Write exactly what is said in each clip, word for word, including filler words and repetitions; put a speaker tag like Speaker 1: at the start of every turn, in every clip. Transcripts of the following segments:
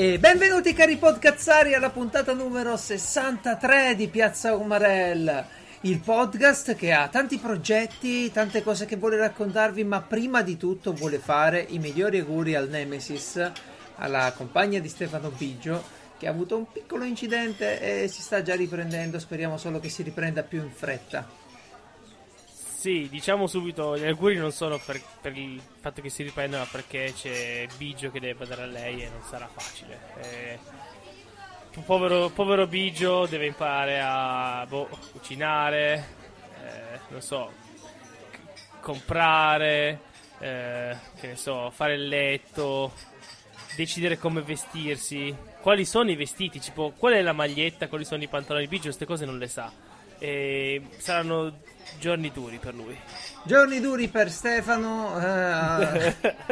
Speaker 1: E benvenuti cari podcazzari alla puntata numero sessantatré di Piazza Umarell, il podcast che ha tanti progetti, tante cose che vuole raccontarvi, ma prima di tutto vuole fare i migliori auguri al Nemesis, alla compagna di Stefano Biggio, che ha avuto un piccolo incidente e si sta già riprendendo. Speriamo solo che si riprenda più in fretta.
Speaker 2: Sì, diciamo subito, gli auguri non sono per, per il fatto che si riprenda, ma perché c'è Biggio che deve badare a lei e non sarà facile. Eh, povero, povero Biggio deve imparare a boh, cucinare, eh, non so, c- comprare, eh, che ne so, fare il letto, decidere come vestirsi, quali sono i vestiti, tipo qual è la maglietta, quali sono i pantaloni. Biggio queste cose non le sa. E saranno giorni duri per lui.
Speaker 1: Giorni duri per Stefano. Uh...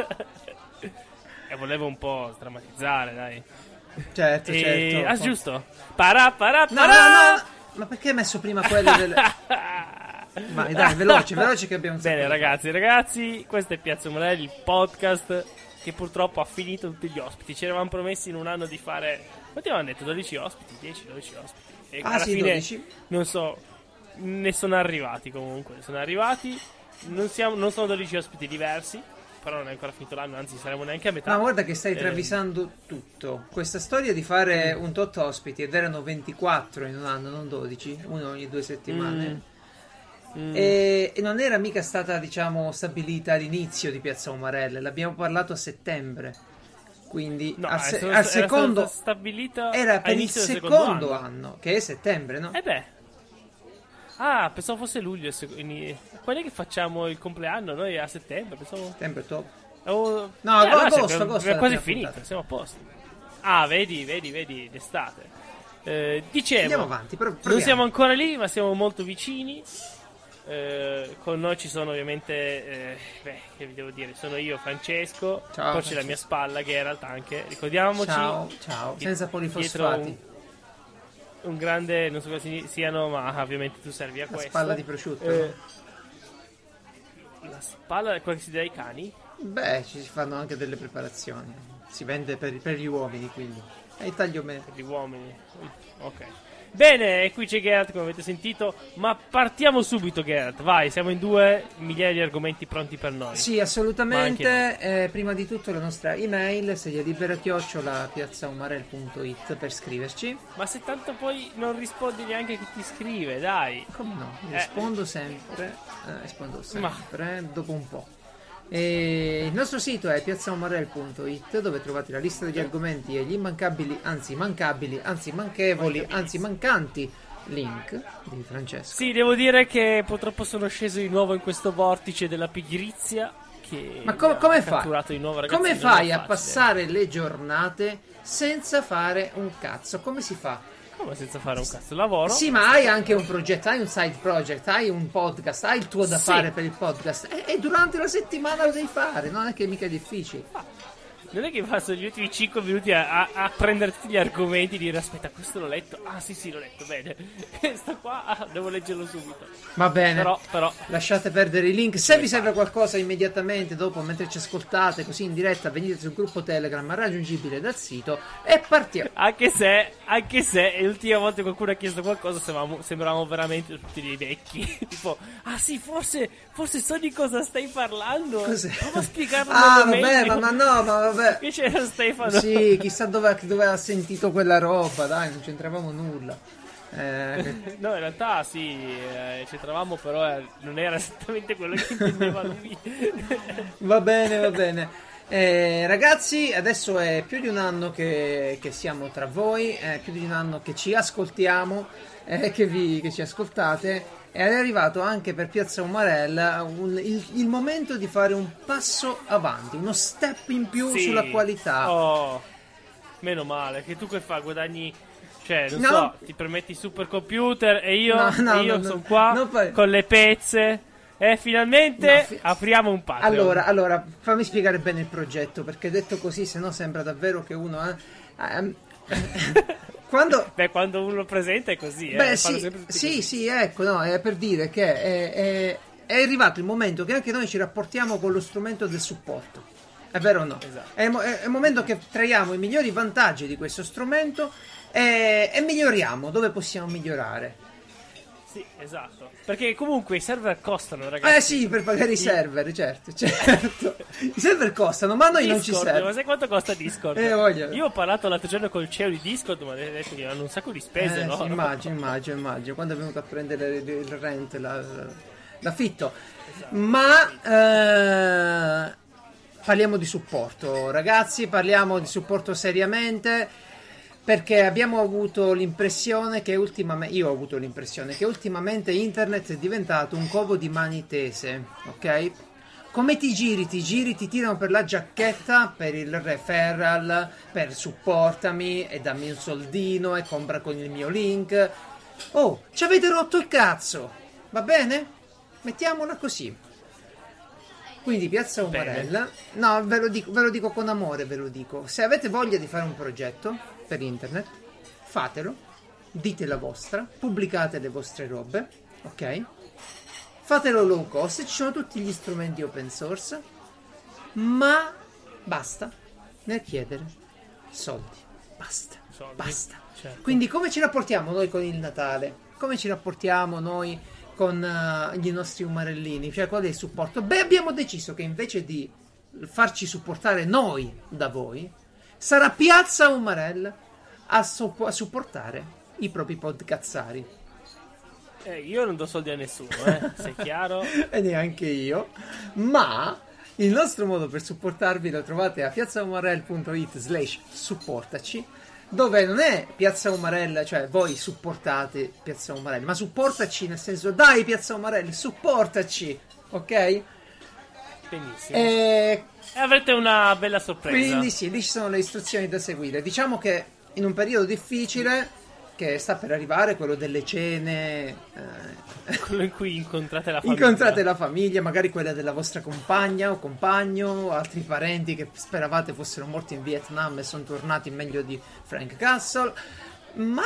Speaker 2: E volevo un po' drammatizzare, dai.
Speaker 1: Certo,
Speaker 2: e...
Speaker 1: certo.
Speaker 2: Ah, giusto. Para, para, para.
Speaker 1: No, no, no. Ma perché hai messo prima quelle delle... Ma dai, veloce, veloce che abbiamo...
Speaker 2: Bene, ragazzi, ragazzi, questo è Piazza Umarell, il podcast che purtroppo ha finito tutti gli ospiti. Ci eravamo promessi in un anno di fare... Quanti avevamo detto? dodici ospiti? dieci, dodici ospiti. E
Speaker 1: ah,
Speaker 2: alla
Speaker 1: sì,
Speaker 2: fine,
Speaker 1: dodici. Non
Speaker 2: so, ne sono arrivati comunque. Sono arrivati. Non, siamo, non sono dodici ospiti diversi. Però non è ancora finito l'anno, anzi saremo neanche a metà.
Speaker 1: Ma guarda che stai
Speaker 2: eh.
Speaker 1: travisando tutto. Questa storia di fare un tot ospiti, ed erano ventiquattro in un anno, non dodici, uno ogni due settimane. Mm. Mm. E, e non era mica stata, diciamo, stabilita all'inizio di Piazza Umarell. L'abbiamo parlato a settembre. Quindi
Speaker 2: no,
Speaker 1: al, se-
Speaker 2: era
Speaker 1: al secondo
Speaker 2: era stabilita
Speaker 1: era per il secondo, secondo anno. anno, che è settembre, no?
Speaker 2: Eh beh. Ah, pensavo fosse luglio. Quando è che facciamo il compleanno? Noi a settembre, pensavo.
Speaker 1: Settembre, ottobre.
Speaker 2: Oh...
Speaker 1: No,
Speaker 2: eh,
Speaker 1: agosto,
Speaker 2: agosto,
Speaker 1: agosto.
Speaker 2: È quasi finito, puntata. Siamo a posto. Ah, vedi, vedi, vedi, l'estate. Eh, dicevo,
Speaker 1: andiamo avanti, però
Speaker 2: non siamo ancora lì, ma siamo molto vicini. Eh, con noi ci sono ovviamente eh, beh, che vi devo dire, sono io, Francesco.
Speaker 1: Ciao,
Speaker 2: poi
Speaker 1: Francesco.
Speaker 2: c'è la mia spalla Geralt anche, ricordiamoci.
Speaker 1: Ciao, ciao, senza polifosfati.
Speaker 2: Un, un grande, non so cosa siano, ma ovviamente tu servi a
Speaker 1: la
Speaker 2: questo.
Speaker 1: La spalla di prosciutto,
Speaker 2: eh,
Speaker 1: no?
Speaker 2: La spalla, quella che si dà ai cani?
Speaker 1: Beh, ci si fanno anche delle preparazioni. Si vende per, per gli uomini, quindi è il taglio me.
Speaker 2: Per gli uomini, ok. Bene, qui c'è Geralt, come avete sentito, ma partiamo subito, Geralt, vai, siamo in due, migliaia di argomenti pronti per noi.
Speaker 1: Sì, assolutamente. Eh, prima di tutto la nostra email, sedia libera chiocciola piazzaumarell punto it per scriverci.
Speaker 2: Ma se tanto poi non rispondi neanche a chi ti scrive, dai.
Speaker 1: Come no? Rispondo eh. sempre, eh, rispondo sempre, ma... dopo un po'. E il nostro sito è piazzaumarell punto it, dove trovate la lista degli argomenti e gli immancabili, anzi mancabili, anzi manchevoli, anzi mancanti link di Francesco.
Speaker 2: Sì, devo dire che purtroppo sono sceso di nuovo in questo vortice della pigrizia che
Speaker 1: ma com- come fai?
Speaker 2: Di nuovo, ragazzi,
Speaker 1: come fai a passare le giornate senza fare un cazzo? Come si fa?
Speaker 2: Come senza fare un cazzo? Lavoro.
Speaker 1: Sì, ma hai anche un progetto, hai un side project, hai un podcast, hai il tuo da
Speaker 2: sì.
Speaker 1: fare per il podcast e, e durante la settimana lo devi fare, non è che è mica difficile.
Speaker 2: Ah. Non è che passo gli ultimi cinque minuti a, a, a prendere tutti gli argomenti e dire aspetta, questo l'ho letto, ah sì sì l'ho letto, bene, questo qua ah, devo leggerlo subito.
Speaker 1: Va bene,
Speaker 2: però, però
Speaker 1: lasciate perdere i link. Se vi serve qualcosa immediatamente dopo, mentre ci ascoltate così in diretta, venite sul gruppo Telegram raggiungibile dal sito e partiamo.
Speaker 2: Anche se, anche se l'ultima volta che qualcuno ha chiesto qualcosa sembravamo, sembravamo veramente tutti dei vecchi. Tipo, ah sì, forse, forse so di cosa stai parlando.
Speaker 1: Cos'è?
Speaker 2: Prova a spiegarlo.
Speaker 1: Ah vabbè, ma, ma no, ma vabbè.
Speaker 2: Che c'era Stefano?
Speaker 1: Sì, chissà dove, dove ha sentito quella roba, dai, non c'entravamo nulla. Eh...
Speaker 2: No, in realtà sì, eh, c'entravamo, però eh, non era esattamente quello che intendeva lui.
Speaker 1: Va bene, va bene. Eh, ragazzi, adesso è più di un anno che, che siamo tra voi, è più di un anno che ci ascoltiamo, eh, che, vi, che ci ascoltate. È arrivato anche per Piazza Umarell un, il, il momento di fare un passo avanti, uno step in più sì. sulla qualità.
Speaker 2: Oh, meno male, che tu che fai? Guadagni, cioè, non
Speaker 1: no.
Speaker 2: so, ti permetti il supercomputer e io,
Speaker 1: no, no,
Speaker 2: e io
Speaker 1: no,
Speaker 2: sono
Speaker 1: no,
Speaker 2: qua
Speaker 1: no, poi...
Speaker 2: con le pezze e finalmente no, fi- apriamo un Patreon.
Speaker 1: Allora, allora, fammi spiegare bene il progetto, perché detto così, se no sembra davvero che uno... Eh, ehm, Quando...
Speaker 2: Beh, quando uno lo presenta è così, eh.
Speaker 1: Beh, sì, sì, sì, ecco, no, è per dire che è, è, è arrivato il momento che anche noi ci rapportiamo con lo strumento del supporto. È vero o no?
Speaker 2: Esatto.
Speaker 1: È, mo- è il momento che traiamo i migliori vantaggi di questo strumento e, e miglioriamo dove possiamo migliorare.
Speaker 2: Sì, esatto. Perché comunque i server costano, ragazzi.
Speaker 1: Eh sì, per pagare i server, certo, certo. I server costano, ma a noi
Speaker 2: Discord,
Speaker 1: non ci serve.
Speaker 2: Ma sai quanto costa Discord?
Speaker 1: Eh, voglio.
Speaker 2: Io ho parlato l'altro giorno col C E O di Discord, ma mi ha detto che hanno un sacco di spese,
Speaker 1: Eh,
Speaker 2: no?
Speaker 1: sì, immagino, immagino, immagino. Quando è venuto a prendere il, il rent, la, la- l'affitto.
Speaker 2: Esatto.
Speaker 1: Ma eh, parliamo di supporto, ragazzi, parliamo di supporto seriamente. Perché abbiamo avuto l'impressione che ultimamente, io ho avuto l'impressione che ultimamente internet è diventato un covo di mani tese, ok? Come ti giri, ti giri, ti tirano per la giacchetta, per il referral, per supportami e dammi un soldino e compra con il mio link. Oh, ci avete rotto il cazzo, va bene? Mettiamola così. Quindi Piazza Umarella, no, ve lo dico, ve lo dico con amore, ve lo dico. Se avete voglia di fare un progetto per internet, fatelo, dite la vostra, pubblicate le vostre robe, ok? Fatelo low cost, ci sono tutti gli strumenti open source, ma basta nel chiedere soldi, basta,
Speaker 2: Soldi,
Speaker 1: basta.
Speaker 2: certo.
Speaker 1: Quindi come ci rapportiamo noi con il Natale? Come ci rapportiamo noi con uh, i nostri umarellini? Cioè, qual è il supporto? Beh, abbiamo deciso che invece di farci supportare noi da voi, sarà Piazza Umarell a, so- a supportare i propri podcazzari.
Speaker 2: Eh, io non do soldi a nessuno, eh, se è chiaro.
Speaker 1: E neanche io. Ma il nostro modo per supportarvi lo trovate a piazzaumarell.it slash supportaci, dove non è Piazza Umarell, cioè voi supportate Piazza Umarell, ma supportaci nel senso, dai Piazza Umarell, supportaci, ok?
Speaker 2: Benissimo.
Speaker 1: E
Speaker 2: E avrete una bella sorpresa.
Speaker 1: quindi sì, lì ci sono le istruzioni da seguire. Diciamo che in un periodo difficile che sta per arrivare, quello delle cene, eh,
Speaker 2: Quello in cui incontrate la famiglia.
Speaker 1: incontrate la famiglia, magari quella della vostra compagna o compagno, altri parenti che speravate fossero morti in Vietnam e sono tornati meglio di Frank Castle, ma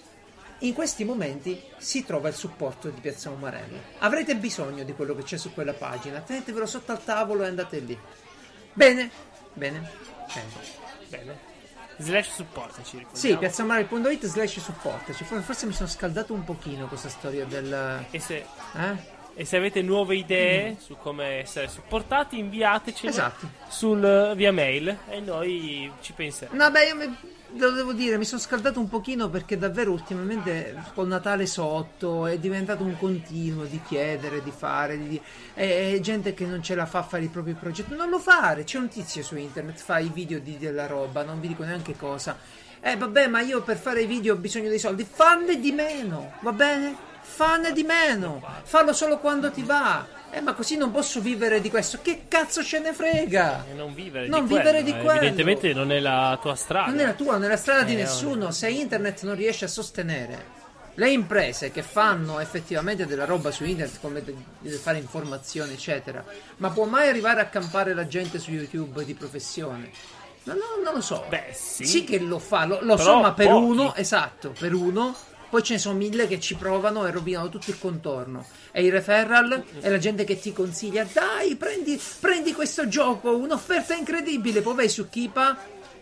Speaker 1: in questi momenti si trova il supporto di Piazza Umarell. Avrete bisogno di quello che c'è su quella pagina, tenetevelo sotto al tavolo e andate lì. Bene, bene, bene.
Speaker 2: Bene. Slash supportaci.
Speaker 1: Sì, piazzaumarell.it slash supportaci. Forse mi sono scaldato un pochino questa storia del...
Speaker 2: E se,
Speaker 1: Eh?
Speaker 2: e se avete nuove idee su come essere supportati, inviatecele
Speaker 1: Esatto.
Speaker 2: sul, via mail e noi ci penseremo.
Speaker 1: No, beh, io mi, ve lo devo dire, mi sono scaldato un pochino perché davvero ultimamente col Natale sotto è diventato un continuo di chiedere, di fare, di, e, e gente che non ce la fa a fare i propri progetti. Non lo fare, c'è un tizio su internet, fa i video di, della roba, non vi dico neanche cosa. Eh, vabbè, ma io per fare i video ho bisogno dei soldi. Fanne di meno, va bene? Fanne di meno, fallo solo quando ti va. Eh, ma così non posso vivere di questo. Che cazzo ce ne frega?
Speaker 2: E non vivere
Speaker 1: Non
Speaker 2: di
Speaker 1: vivere
Speaker 2: quello.
Speaker 1: di
Speaker 2: eh.
Speaker 1: quello.
Speaker 2: Evidentemente non è la tua strada.
Speaker 1: Non è la tua, non è la strada di
Speaker 2: Eh,
Speaker 1: nessuno. Se internet non riesce a sostenere le imprese che fanno effettivamente della roba su internet, come de- de fare informazioni, eccetera, ma può mai arrivare a campare la gente su YouTube di professione? No, no, non lo so.
Speaker 2: Beh, sì.
Speaker 1: Sì che lo fa, lo, lo
Speaker 2: Però
Speaker 1: so, ma per
Speaker 2: pochi.
Speaker 1: uno, esatto, per uno. Poi ce ne sono mille che ci provano e rovinano tutto il contorno. E i referral è la gente che ti consiglia: dai, prendi, prendi questo gioco, un'offerta incredibile. Poi vai su Keepa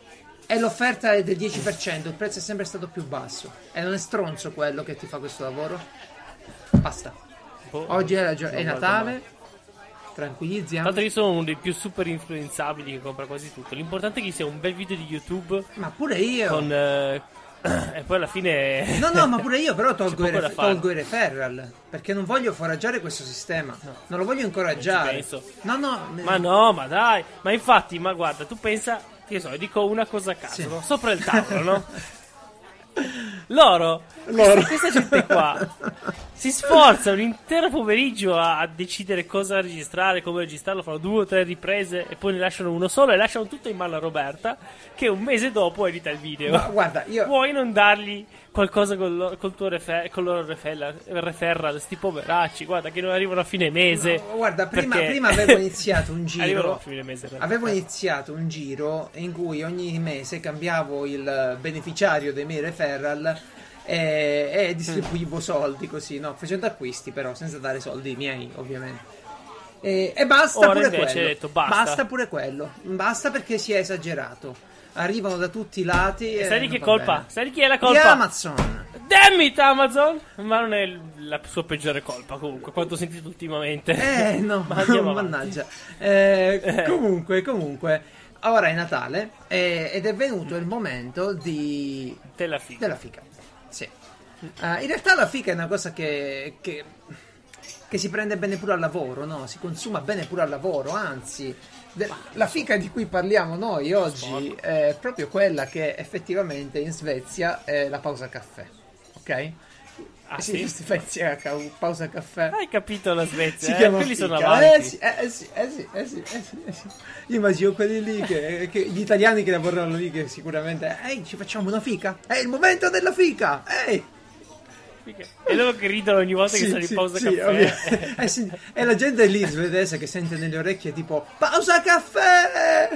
Speaker 1: e l'offerta è del dieci per cento, il prezzo è sempre stato più basso. E non è stronzo quello che ti fa questo lavoro? Basta.
Speaker 2: Boh,
Speaker 1: Oggi è, la gio- è
Speaker 2: non guardo
Speaker 1: Natale,
Speaker 2: mai.
Speaker 1: tranquillizziamo.
Speaker 2: Tanto io sono uno dei più super influenzabili che compra quasi tutto. L'importante è che sia un bel video di YouTube
Speaker 1: Ma pure io.
Speaker 2: con... eh, e poi alla fine...
Speaker 1: No, no, ma pure io però tolgo,
Speaker 2: C'è
Speaker 1: i,
Speaker 2: poco da
Speaker 1: ref-
Speaker 2: fare.
Speaker 1: tolgo i referral perché non voglio foraggiare questo sistema. Non lo voglio incoraggiare.
Speaker 2: Non ci penso.
Speaker 1: No, no.
Speaker 2: Ma no, ma dai. Ma infatti, ma guarda, tu pensa... Che so, dico una cosa a caso,
Speaker 1: Sì.
Speaker 2: no? Sopra il tavolo, no? Loro,
Speaker 1: Loro.
Speaker 2: Questa, questa gente qua si sforza un intero pomeriggio a, a decidere cosa registrare, come registrarlo, fanno due o tre riprese e poi ne lasciano uno solo e lasciano tutto in mano a Roberta che un mese dopo edita il video.
Speaker 1: Ma guarda, io
Speaker 2: Puoi non dargli qualcosa col, lo- col tuo refer- con loro referral, referral, sti poveracci, guarda che non arrivano a fine mese.
Speaker 1: no, guarda, prima,
Speaker 2: perché-
Speaker 1: prima avevo iniziato un
Speaker 2: Arrivano
Speaker 1: giro.
Speaker 2: a fine mese. in realtà.
Speaker 1: Avevo iniziato un giro in cui ogni mese cambiavo il beneficiario dei miei referral e, e distribuivo soldi così, no? Facendo acquisti però, senza dare soldi miei, ovviamente. E, e basta
Speaker 2: Ora
Speaker 1: pure
Speaker 2: invece
Speaker 1: quello.
Speaker 2: hai detto basta.
Speaker 1: pure quello. Basta perché si è esagerato. Arrivano da tutti i lati.
Speaker 2: E
Speaker 1: e
Speaker 2: sai di chi
Speaker 1: non va
Speaker 2: colpa?
Speaker 1: bene.
Speaker 2: Sai di chi è la
Speaker 1: Di
Speaker 2: colpa?
Speaker 1: Amazon.
Speaker 2: Damn it, Amazon! Ma non è la sua peggiore colpa, comunque, quanto ho sentito ultimamente.
Speaker 1: Eh no,
Speaker 2: Ma andiamo
Speaker 1: mannaggia. Eh,
Speaker 2: Eh.
Speaker 1: Comunque, comunque, ora è Natale eh, ed è venuto il momento di
Speaker 2: Della figa.
Speaker 1: della fica. Sì. Eh, in realtà la fica è una cosa che, che che si prende bene pure al lavoro, no? Si consuma bene pure al lavoro, anzi, de- la fica di cui parliamo noi oggi è proprio quella che effettivamente in Svezia è la pausa caffè, ok?
Speaker 2: Ah,
Speaker 1: sì,
Speaker 2: sì?
Speaker 1: in Svezia ca- pausa caffè.
Speaker 2: Hai capito la Svezia?
Speaker 1: Si
Speaker 2: eh?
Speaker 1: chiama
Speaker 2: Quelli
Speaker 1: fica.
Speaker 2: sono avanti.
Speaker 1: Eh sì, eh sì, eh sì, eh sì, eh sì, eh sì. Io immagino quelli lì che, che gli italiani che lavorano lì che sicuramente, ehi, ci facciamo una fica? È il momento della fica! Ehi!
Speaker 2: E loro che ridono ogni volta
Speaker 1: Sì,
Speaker 2: che sono
Speaker 1: sì,
Speaker 2: in pausa
Speaker 1: sì,
Speaker 2: caffè.
Speaker 1: ovvio. Eh sì, e la gente lì svedese che sente nelle orecchie tipo pausa caffè!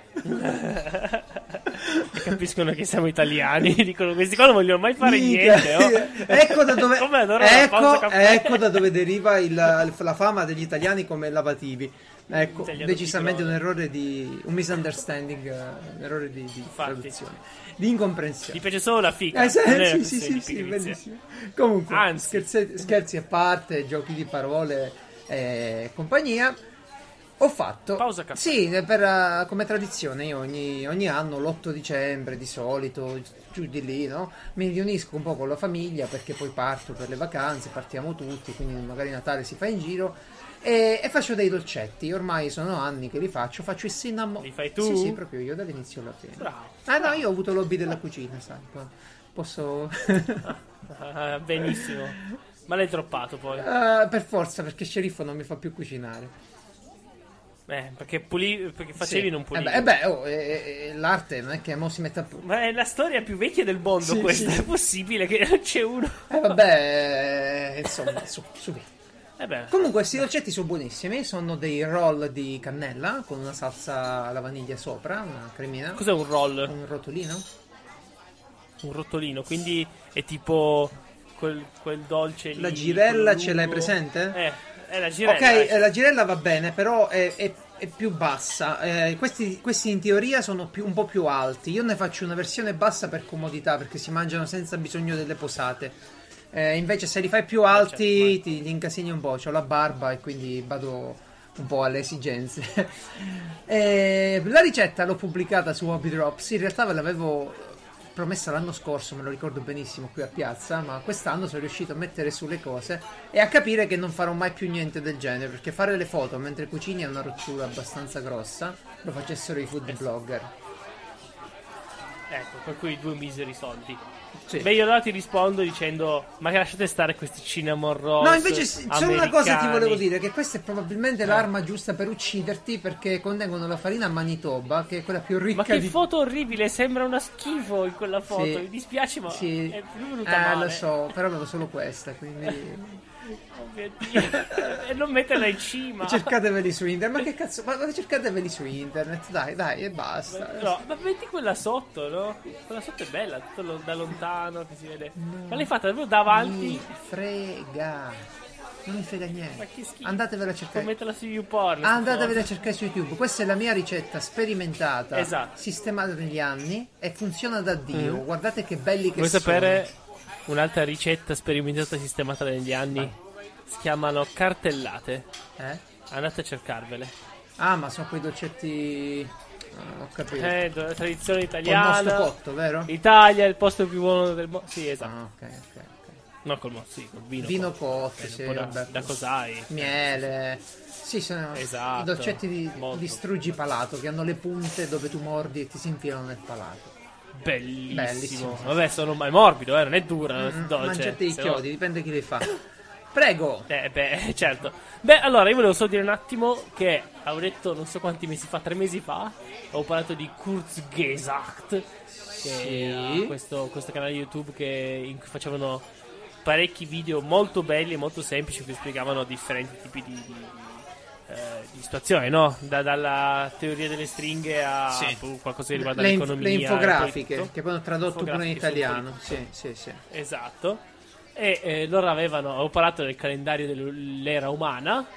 Speaker 2: E capiscono che siamo italiani. Dicono questi qua non vogliono mai fare
Speaker 1: Mica.
Speaker 2: niente. Oh.
Speaker 1: Ecco da dove,
Speaker 2: Come adoro la pausa
Speaker 1: ecco,
Speaker 2: caffè.
Speaker 1: ecco da dove deriva il- la fama degli italiani come lavativi. Ecco,
Speaker 2: Italiano
Speaker 1: decisamente un
Speaker 2: pigrone.
Speaker 1: errore di un misunderstanding, eh, un errore di, di
Speaker 2: Infatti.
Speaker 1: traduzione, di incomprensione.
Speaker 2: Ti piace solo la figa.
Speaker 1: Eh, sì,
Speaker 2: non è una
Speaker 1: sì, sì,
Speaker 2: questione
Speaker 1: sì,
Speaker 2: di
Speaker 1: sì,
Speaker 2: pigrizia.
Speaker 1: benissimo. Comunque,
Speaker 2: Anzi.
Speaker 1: scherzi, scherzi a parte, giochi di parole e compagnia. Ho fatto
Speaker 2: Pausa caffè.
Speaker 1: Sì, per, eh, come tradizione io ogni, ogni anno l'otto dicembre di solito giù di lì, no? Mi riunisco un po' con la famiglia perché poi parto per le vacanze, partiamo tutti, quindi magari Natale si fa in giro e, e faccio dei dolcetti. Ormai sono anni che li faccio, faccio il cinnamon.
Speaker 2: Li fai tu?
Speaker 1: Sì, sì, proprio io dall'inizio alla fine.
Speaker 2: Bravo.
Speaker 1: Ah no, io ho avuto l'hobby della cucina, sai. Posso
Speaker 2: Ah, benissimo. Ma l'hai troppato poi.
Speaker 1: Eh, per forza, perché sceriffo non mi fa più cucinare.
Speaker 2: Eh, perché, puli... perché facevi
Speaker 1: Sì.
Speaker 2: non pulivi.
Speaker 1: Eh beh, eh beh, oh, eh, eh, l'arte non è che mo si mette a...
Speaker 2: Ma è la storia più vecchia del mondo
Speaker 1: Sì,
Speaker 2: questa.
Speaker 1: sì.
Speaker 2: È possibile che non c'è uno?
Speaker 1: Eh vabbè, eh, insomma, su, su via.
Speaker 2: Eh beh.
Speaker 1: Comunque questi dolcetti sono buonissimi, sono dei roll di cannella con una salsa alla vaniglia sopra, una cremina,
Speaker 2: Cos'è un roll?
Speaker 1: un rotolino.
Speaker 2: Un rotolino, quindi è tipo quel, quel dolce lì,
Speaker 1: La girella
Speaker 2: quello
Speaker 1: ce l'hai
Speaker 2: lungo.
Speaker 1: presente?
Speaker 2: Eh, è la girella.
Speaker 1: Ok,
Speaker 2: eh.
Speaker 1: eh, la girella va bene, però è, è- è più bassa. Eh, questi, questi in teoria sono più- un po' più alti. Io ne faccio una versione bassa per comodità, perché si mangiano senza bisogno delle posate. Eh, invece se li fai più alti
Speaker 2: certo,
Speaker 1: ti, ti incasini un po'. C'ho la barba e quindi vado un po' alle esigenze. Eh, la ricetta l'ho pubblicata su Hobby Drops. In realtà ve l'avevo promessa l'anno scorso, me lo ricordo benissimo qui a piazza, ma quest'anno sono riuscito a mettere su le cose e a capire che non farò mai più niente del genere, perché fare le foto mentre cucini è una rottura abbastanza grossa. Lo facessero i food blogger.
Speaker 2: Ecco, per quei due miseri soldi.
Speaker 1: Sì.
Speaker 2: Beh, io allora ti rispondo dicendo: ma che lasciate stare questi cinnamon rolls?
Speaker 1: No, invece s- solo una cosa ti
Speaker 2: americani.
Speaker 1: volevo dire, che questa è probabilmente l'arma giusta per ucciderti, perché contengono la farina Manitoba, che è quella più ricca
Speaker 2: Ma che
Speaker 1: di...
Speaker 2: foto orribile, sembra una schifo in quella foto.
Speaker 1: Sì.
Speaker 2: Mi dispiace, ma
Speaker 1: Sì.
Speaker 2: è più venuta
Speaker 1: Eh,
Speaker 2: male.
Speaker 1: lo so, però avevo solo questa, quindi...
Speaker 2: Oh mio Dio. E non metterla in cima.
Speaker 1: Cercateveli su internet, ma che cazzo, ma ma cercateveli su internet, dai, dai, e basta.
Speaker 2: No, ma metti quella sotto, no? Quella sotto è bella, tutto lo- da lontano che si vede. Ma l'hai fatta davvero davanti?
Speaker 1: Mi frega, non mi frega
Speaker 2: Ma
Speaker 1: niente.
Speaker 2: che schifo.
Speaker 1: Andatevela a
Speaker 2: Puoi
Speaker 1: cercare.
Speaker 2: metterla su YouPorn.
Speaker 1: Andatevela a cercare su YouTube. Questa è la mia ricetta sperimentata,
Speaker 2: Esatto.
Speaker 1: sistemata negli anni e funziona da Dio. Guardate che belli che
Speaker 2: Vuoi
Speaker 1: sono.
Speaker 2: sapere un'altra ricetta sperimentata e sistemata negli anni? Si chiamano cartellate.
Speaker 1: Eh?
Speaker 2: Andate a cercarvele.
Speaker 1: Ah, ma sono quei dolcetti. Ah, ho capito.
Speaker 2: Eh, do- tradizione
Speaker 1: Col
Speaker 2: italiana.
Speaker 1: mosto cotto, vero?
Speaker 2: Italia, il posto più buono del mondo. Sì, esatto.
Speaker 1: Ah, ok, ok, ok.
Speaker 2: No, col mosto, sì, col vino.
Speaker 1: Vino
Speaker 2: cotto.
Speaker 1: cotto,
Speaker 2: Eh,
Speaker 1: sì,
Speaker 2: un po' da,
Speaker 1: vabbè.
Speaker 2: da cos'hai?
Speaker 1: Miele. Sì, sono
Speaker 2: Esatto,
Speaker 1: i dolcetti di,
Speaker 2: molto.
Speaker 1: di struggi palato che hanno le punte dove tu mordi e ti si infilano nel palato.
Speaker 2: Bellissimo.
Speaker 1: Bellissimo.
Speaker 2: Vabbè, sono è morbido, eh, non è dura,
Speaker 1: Mm,
Speaker 2: dolce.
Speaker 1: Mangiate i
Speaker 2: se no-
Speaker 1: chiodi, dipende chi li fa. Prego.
Speaker 2: Eh, beh, certo. Beh, allora, io volevo solo dire un attimo che avevo detto non so quanti mesi fa, tre mesi fa, avevo parlato di Kurzgesagt, che
Speaker 1: Sì.
Speaker 2: era questo, questo canale YouTube che, in cui facevano parecchi video molto belli e molto semplici che spiegavano differenti tipi di, di, eh, di situazioni, no? Da- dalla teoria delle stringhe a
Speaker 1: Sì.
Speaker 2: boh, qualcosa che riguarda
Speaker 1: Le, inf-
Speaker 2: l'economia.
Speaker 1: le
Speaker 2: e poi
Speaker 1: infografiche
Speaker 2: tutto.
Speaker 1: che poi hanno tradotto pure in
Speaker 2: Infografiche
Speaker 1: italiano.
Speaker 2: sul
Speaker 1: Sì, sì, sì.
Speaker 2: Esatto. E eh, loro avevano, avevo parlato del calendario dell'era umana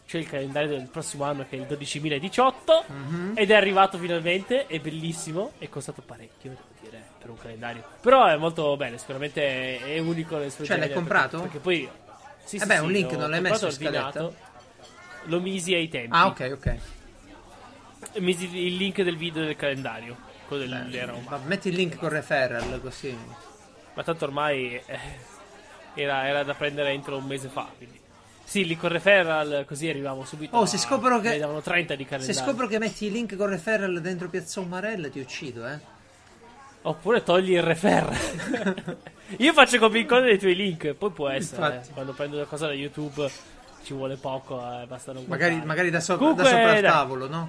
Speaker 2: c'è il calendario del prossimo anno che è il dodicimiladiciotto,
Speaker 1: Mhm.
Speaker 2: ed è arrivato finalmente, è bellissimo, è costato parecchio, devo dire, per un calendario. Però è molto bello, sicuramente è, è unico nel suo
Speaker 1: Cioè, l'hai
Speaker 2: genere,
Speaker 1: comprato?
Speaker 2: Perché, perché poi... Sì,
Speaker 1: Eh
Speaker 2: sì,
Speaker 1: beh,
Speaker 2: sì,
Speaker 1: un link
Speaker 2: l'ho
Speaker 1: non l'hai
Speaker 2: comprato,
Speaker 1: messo in scaletta?
Speaker 2: ordinato, lo misi ai tempi.
Speaker 1: Ah, ok, ok.
Speaker 2: Misi il link del video del calendario, quello
Speaker 1: Beh,
Speaker 2: dell'era
Speaker 1: ma
Speaker 2: umana.
Speaker 1: metti il link con referral così.
Speaker 2: Ma tanto ormai eh, era, era da prendere entro un mese fa, quindi... Sì, lì con referral così arrivavamo subito.
Speaker 1: Oh, se scopro che-
Speaker 2: Ne davano trenta di
Speaker 1: Se
Speaker 2: calendario.
Speaker 1: scopro che metti i link con referral dentro Piazza Umarella ti uccido, eh.
Speaker 2: Oppure togli il referral. Io faccio copia e incolla dei tuoi link. Poi può essere,
Speaker 1: Infatti.
Speaker 2: eh, quando prendo una cosa da YouTube ci vuole poco, eh, basta non
Speaker 1: Magari,
Speaker 2: guardare.
Speaker 1: magari da, sopra,
Speaker 2: Comunque,
Speaker 1: da sopra il
Speaker 2: dai.
Speaker 1: tavolo, no?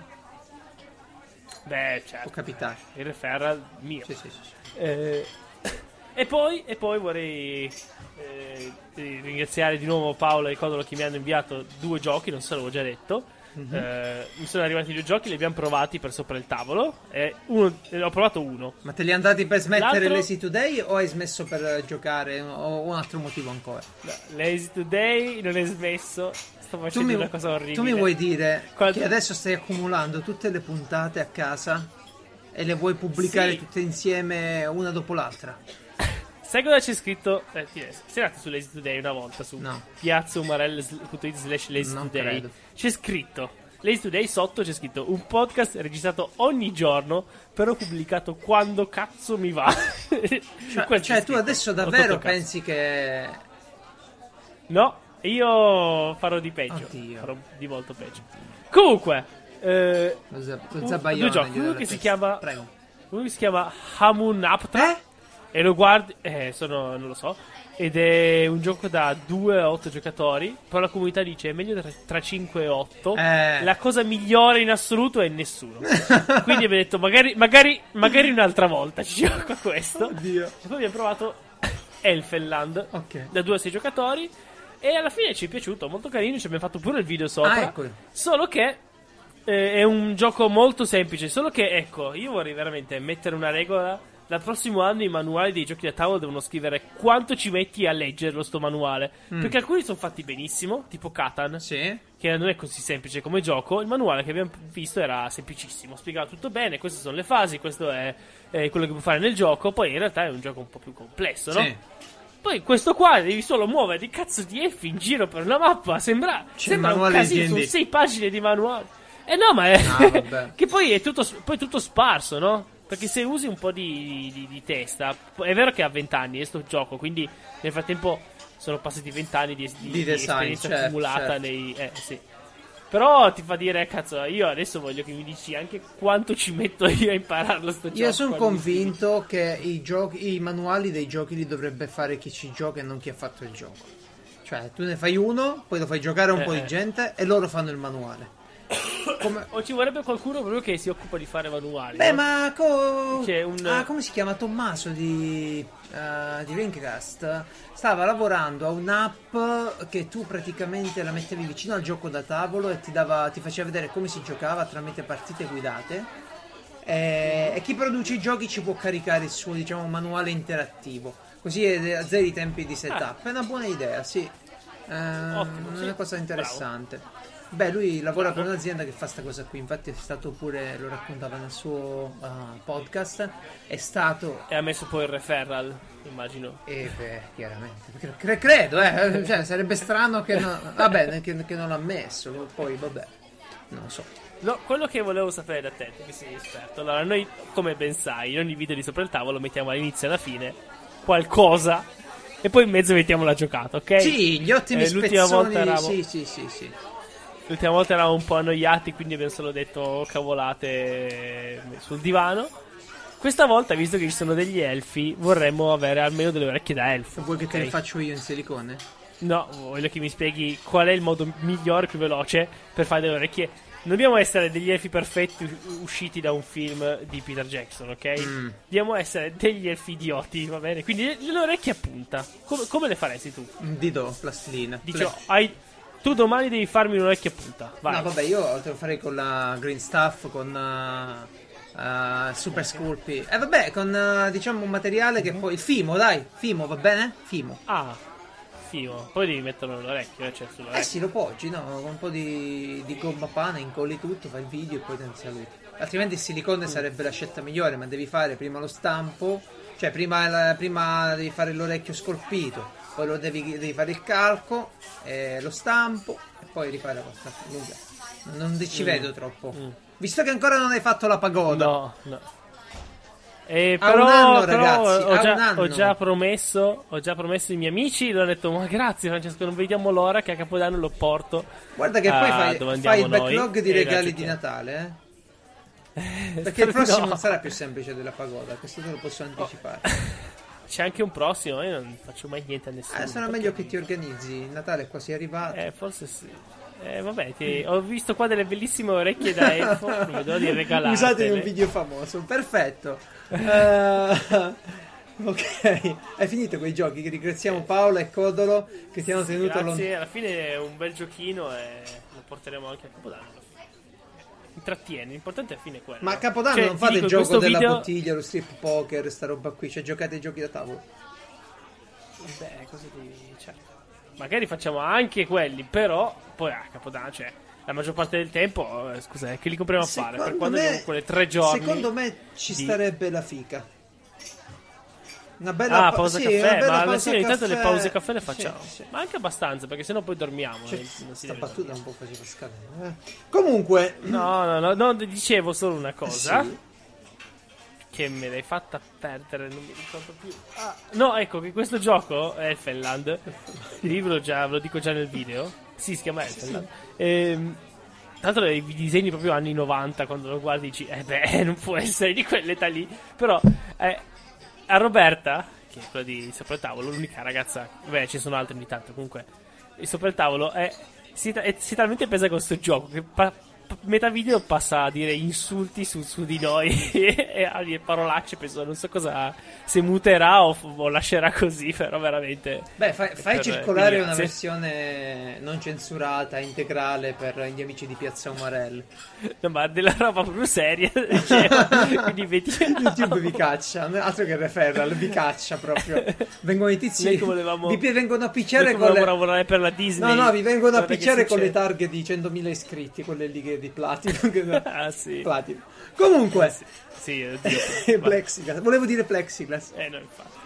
Speaker 2: Beh,
Speaker 1: Può
Speaker 2: certo,
Speaker 1: capitare.
Speaker 2: il referral mio.
Speaker 1: Sì, sì, sì, sì.
Speaker 2: Eh, e poi, e poi vorrei eh, ringraziare di nuovo Paolo e Codolo che mi hanno inviato due giochi, non so se l'avevo già detto.
Speaker 1: Mhm.
Speaker 2: Eh, mi sono arrivati due giochi, li abbiamo provati per sopra il tavolo. E uno, ne ho provato uno.
Speaker 1: Ma te li andati per smettere
Speaker 2: L'altro-
Speaker 1: l'Easy Today o hai smesso per giocare o un altro motivo ancora?
Speaker 2: No, Lazy Today non è smesso. Sto
Speaker 1: Tu
Speaker 2: facendo
Speaker 1: mi,
Speaker 2: una cosa orribile.
Speaker 1: tu mi vuoi dire
Speaker 2: Quando-
Speaker 1: che adesso stai accumulando tutte le puntate a casa e le vuoi pubblicare
Speaker 2: Sì.
Speaker 1: tutte insieme una dopo l'altra?
Speaker 2: Sai cosa c'è scritto? Eh, ti- sei andato su Lazy Today una volta su
Speaker 1: No.
Speaker 2: piazza umarella punto it slash Lazy
Speaker 1: Non
Speaker 2: Today.
Speaker 1: credo.
Speaker 2: C'è scritto Lazy Today, sotto c'è scritto un podcast registrato ogni giorno, però pubblicato quando cazzo mi va.
Speaker 1: Cioè,
Speaker 2: Questo c'è
Speaker 1: cioè, tu
Speaker 2: scritto.
Speaker 1: adesso
Speaker 2: Ho
Speaker 1: davvero
Speaker 2: tolto cazzo.
Speaker 1: pensi che...
Speaker 2: No, io farò di peggio.
Speaker 1: Oddio.
Speaker 2: Farò di molto peggio. Comunque, eh,
Speaker 1: Lo, za- lo
Speaker 2: un-
Speaker 1: zabaione
Speaker 2: due giochi.
Speaker 1: gli
Speaker 2: Uno
Speaker 1: dà la
Speaker 2: che si
Speaker 1: testa.
Speaker 2: chiama
Speaker 1: Prego.
Speaker 2: uno che si chiama Hamun Aptra.
Speaker 1: Eh?
Speaker 2: E lo guardi, eh, sono, non lo so. Ed è un gioco da due a otto giocatori. Però la comunità dice è meglio tra, tra cinque e otto.
Speaker 1: Eh.
Speaker 2: La cosa migliore in assoluto è nessuno. Quindi abbiamo detto magari, magari, magari un'altra volta ci gioco a questo.
Speaker 1: Oddio.
Speaker 2: E poi abbiamo provato Elfenland
Speaker 1: Ok.
Speaker 2: da due a sei giocatori. E alla fine ci è piaciuto, molto carino. Ci abbiamo fatto pure il video sopra.
Speaker 1: Ah, ecco.
Speaker 2: Solo che eh, è un gioco molto semplice. Solo che, ecco, io vorrei veramente mettere una regola. Dal prossimo anno i manuali dei giochi da tavolo devono scrivere quanto ci metti a leggerlo sto manuale.
Speaker 1: Mm.
Speaker 2: Perché alcuni sono fatti benissimo, tipo Catan,
Speaker 1: Sì.
Speaker 2: che non è così semplice come gioco. Il manuale che abbiamo visto era semplicissimo, spiegava tutto bene, queste sono le fasi, questo è, è quello che puoi fare nel gioco. Poi in realtà è un gioco un po' più complesso, no?
Speaker 1: Sì.
Speaker 2: Poi questo qua devi solo muovere di cazzo di elfi in giro per una mappa. Sembra,
Speaker 1: C'è
Speaker 2: sembra
Speaker 1: il
Speaker 2: un
Speaker 1: manuale di
Speaker 2: casino,
Speaker 1: D and D.
Speaker 2: sono sei pagine di manuale. Eh no, ma è
Speaker 1: Ah, vabbè.
Speaker 2: che poi è tutto, poi è tutto sparso, no? Perché se usi un po' di, di, di testa, è vero che ha venti anni, è sto gioco, quindi nel frattempo sono passati venti anni di, di,
Speaker 1: Di
Speaker 2: di
Speaker 1: design,
Speaker 2: esperienza
Speaker 1: certo,
Speaker 2: accumulata
Speaker 1: certo.
Speaker 2: nei... Eh, sì. Però ti fa dire, cazzo, io adesso voglio che mi dici anche quanto ci metto io a impararlo sto gioco.
Speaker 1: Io sono
Speaker 2: quando mi
Speaker 1: convinto che i, giochi, i manuali dei giochi li dovrebbe fare chi ci gioca e non chi ha fatto il gioco. Cioè, tu ne fai uno, poi lo fai giocare a un
Speaker 2: Eh,
Speaker 1: po'
Speaker 2: eh.
Speaker 1: di gente e loro fanno il manuale. Come...
Speaker 2: O ci vorrebbe qualcuno proprio che si occupa di fare manuali.
Speaker 1: Beh,
Speaker 2: no?
Speaker 1: ma co...
Speaker 2: C'è un-
Speaker 1: ah, come si chiama? Tommaso di, eh, di Ringcast stava lavorando a un'app che tu praticamente la mettevi vicino al gioco da tavolo e ti, dava, ti faceva vedere come si giocava tramite partite guidate. E, e chi produce i giochi ci può caricare il suo, diciamo, manuale interattivo. Così azzeri i tempi di setup. È una buona idea, sì. Eh,
Speaker 2: Ottimo,
Speaker 1: è
Speaker 2: sì.
Speaker 1: una cosa interessante. Beh, lui lavora con un'azienda che fa sta cosa qui, infatti è stato pure, lo raccontava nel suo uh, podcast, è stato...
Speaker 2: E ha messo poi il referral, immagino.
Speaker 1: E beh, chiaramente, Cre- cre- credo, eh, cioè sarebbe strano che non... Vabbè, che, che non l'ha messo, poi vabbè, non lo so.
Speaker 2: No, quello che volevo sapere da te, che sei esperto. Allora, noi, come ben sai, in ogni video di Sopra il Tavolo mettiamo all'inizio e alla fine qualcosa e poi in mezzo mettiamo la giocata, ok?
Speaker 1: Sì, gli ottimi
Speaker 2: Eh, l'ultima
Speaker 1: spezzoni,
Speaker 2: volta eravamo-
Speaker 1: sì, sì, sì, sì.
Speaker 2: L'ultima volta eravamo un po' annoiati, quindi abbiamo solo detto cavolate sul divano. Questa volta, visto che ci sono degli elfi, vorremmo avere almeno delle orecchie da elfo.
Speaker 1: Vuoi che te
Speaker 2: ok?
Speaker 1: le faccio io in silicone?
Speaker 2: No, voglio che mi spieghi qual è il modo migliore, più veloce per fare delle orecchie. Non dobbiamo essere degli elfi perfetti u- usciti da un film di Peter Jackson, ok?
Speaker 1: Mm.
Speaker 2: Dobbiamo essere degli elfi idioti, va bene? Quindi le, le orecchie a punta. Come, come le faresti tu?
Speaker 1: Un dito, plastilina.
Speaker 2: Dicio, hai, tu domani devi farmi un'orecchia a punta. Vai.
Speaker 1: No, vabbè, io te lo farei con la Green Stuff, con uh, uh, Super Sculpey. E vabbè, con uh, diciamo un materiale che poi... Il Fimo, dai, Fimo, va bene? Fimo.
Speaker 2: Ah, fimo. Poi devi metterlo nell'orecchio, cioè sull'orecchio.
Speaker 1: Eh sì, lo poggi, no? Con un po' di, di gomma pana, incolli tutto, fai il video e poi ti saluti. Altrimenti il silicone mm. sarebbe la scelta migliore, ma devi fare prima lo stampo, cioè prima, prima devi fare l'orecchio scolpito, poi lo devi, devi fare il calco, eh, lo stampo e poi rifare la cosa. Non ci mm. vedo troppo. Mm. Visto che ancora non hai fatto la pagoda.
Speaker 2: No, no. Eh,
Speaker 1: a
Speaker 2: però,
Speaker 1: un anno,
Speaker 2: però
Speaker 1: ragazzi,
Speaker 2: ho, già,
Speaker 1: un anno.
Speaker 2: ho già promesso ho già promesso ai miei amici, l'ho detto ma grazie Francesco, non vediamo l'ora che a Capodanno lo porto.
Speaker 1: Guarda che poi fai, fai il backlog di regali di Natale, eh? Perché il prossimo no. non sarà più semplice della pagoda, questo te lo posso anticipare. Oh.
Speaker 2: C'è anche un prossimo, io non faccio mai niente a nessuno.
Speaker 1: Eh, sarà meglio che ti organizzi, il Natale è quasi arrivato.
Speaker 2: Eh, forse sì. Eh, vabbè, ti... ho visto qua delle bellissime orecchie da elfo, non vedo di regalartele.
Speaker 1: Usate in un video famoso, perfetto. uh, ok, hai finito quei giochi, che ringraziamo Paola e Codolo che ti hanno
Speaker 2: sì,
Speaker 1: tenuto
Speaker 2: lontano. Grazie,
Speaker 1: lon-
Speaker 2: alla fine è un bel giochino e lo porteremo anche a Capodanno. Intrattiene, l'importante è alla fine quello.
Speaker 1: Ma a Capodanno
Speaker 2: cioè,
Speaker 1: non fate
Speaker 2: dico,
Speaker 1: il gioco della
Speaker 2: video...
Speaker 1: bottiglia, lo strip poker, sta roba qui, cioè giocate ai giochi da tavolo.
Speaker 2: Beh, cosa devi... certo. Magari facciamo anche quelli, però poi a Capodanno, cioè la maggior parte del tempo, eh, scusa, che li compriamo a fare? Per quando abbiamo quelle tre giorni.
Speaker 1: Secondo me ci
Speaker 2: di...
Speaker 1: starebbe la fica. Una bella
Speaker 2: ah, pausa
Speaker 1: sì,
Speaker 2: caffè,
Speaker 1: bella
Speaker 2: ma
Speaker 1: pausa
Speaker 2: sì,
Speaker 1: caffè.
Speaker 2: intanto le pause caffè le facciamo.
Speaker 1: Sì, sì.
Speaker 2: Ma anche abbastanza, perché sennò poi dormiamo.
Speaker 1: Cioè,
Speaker 2: non si
Speaker 1: sta
Speaker 2: deve
Speaker 1: battuta
Speaker 2: dormire.
Speaker 1: un po' faceva scadere. Eh. Comunque,
Speaker 2: no, no, no, no, dicevo solo una cosa.
Speaker 1: Sì.
Speaker 2: Che me l'hai fatta perdere, non mi ricordo più. Ah, no, ecco che questo gioco, Elfenland, lì ve lo, già, ve lo dico già nel video. Sì, si chiama Elfenland. Sì. Ehm, tra l'altro i disegni proprio anni novanta, quando lo guardi dici, eh beh, non può essere di quell'età lì. Però, eh, a Roberta, che è quella di sopra il tavolo, l'unica ragazza, beh, ci sono altre ogni tanto, comunque, sopra il tavolo, è, si, è, si è talmente presa con questo gioco che... Pa- metà video passa a dire insulti su, su di noi e a dire parolacce, penso, non so cosa, se muterà o, o lascerà così, però veramente.
Speaker 1: Beh, fai, fai circolare una versione non censurata, integrale per gli amici di Piazza Umarell.
Speaker 2: No, ma della roba proprio seria, diceva. Quindi vediamo.
Speaker 1: YouTube vi caccia, altro che referral, vi caccia proprio. Vengono i tizi,
Speaker 2: volevamo,
Speaker 1: vi vengono a picciare
Speaker 2: con le...
Speaker 1: lavorare
Speaker 2: per la Disney.
Speaker 1: No, no, vi vengono a picciare con le targhe di centomila iscritti, quelle lì che di platino.
Speaker 2: Ah, sì.
Speaker 1: Platino. Comunque,
Speaker 2: eh, sì, sì oddio,
Speaker 1: plexiglass. Volevo dire plexiglass.
Speaker 2: Eh, no, infatti.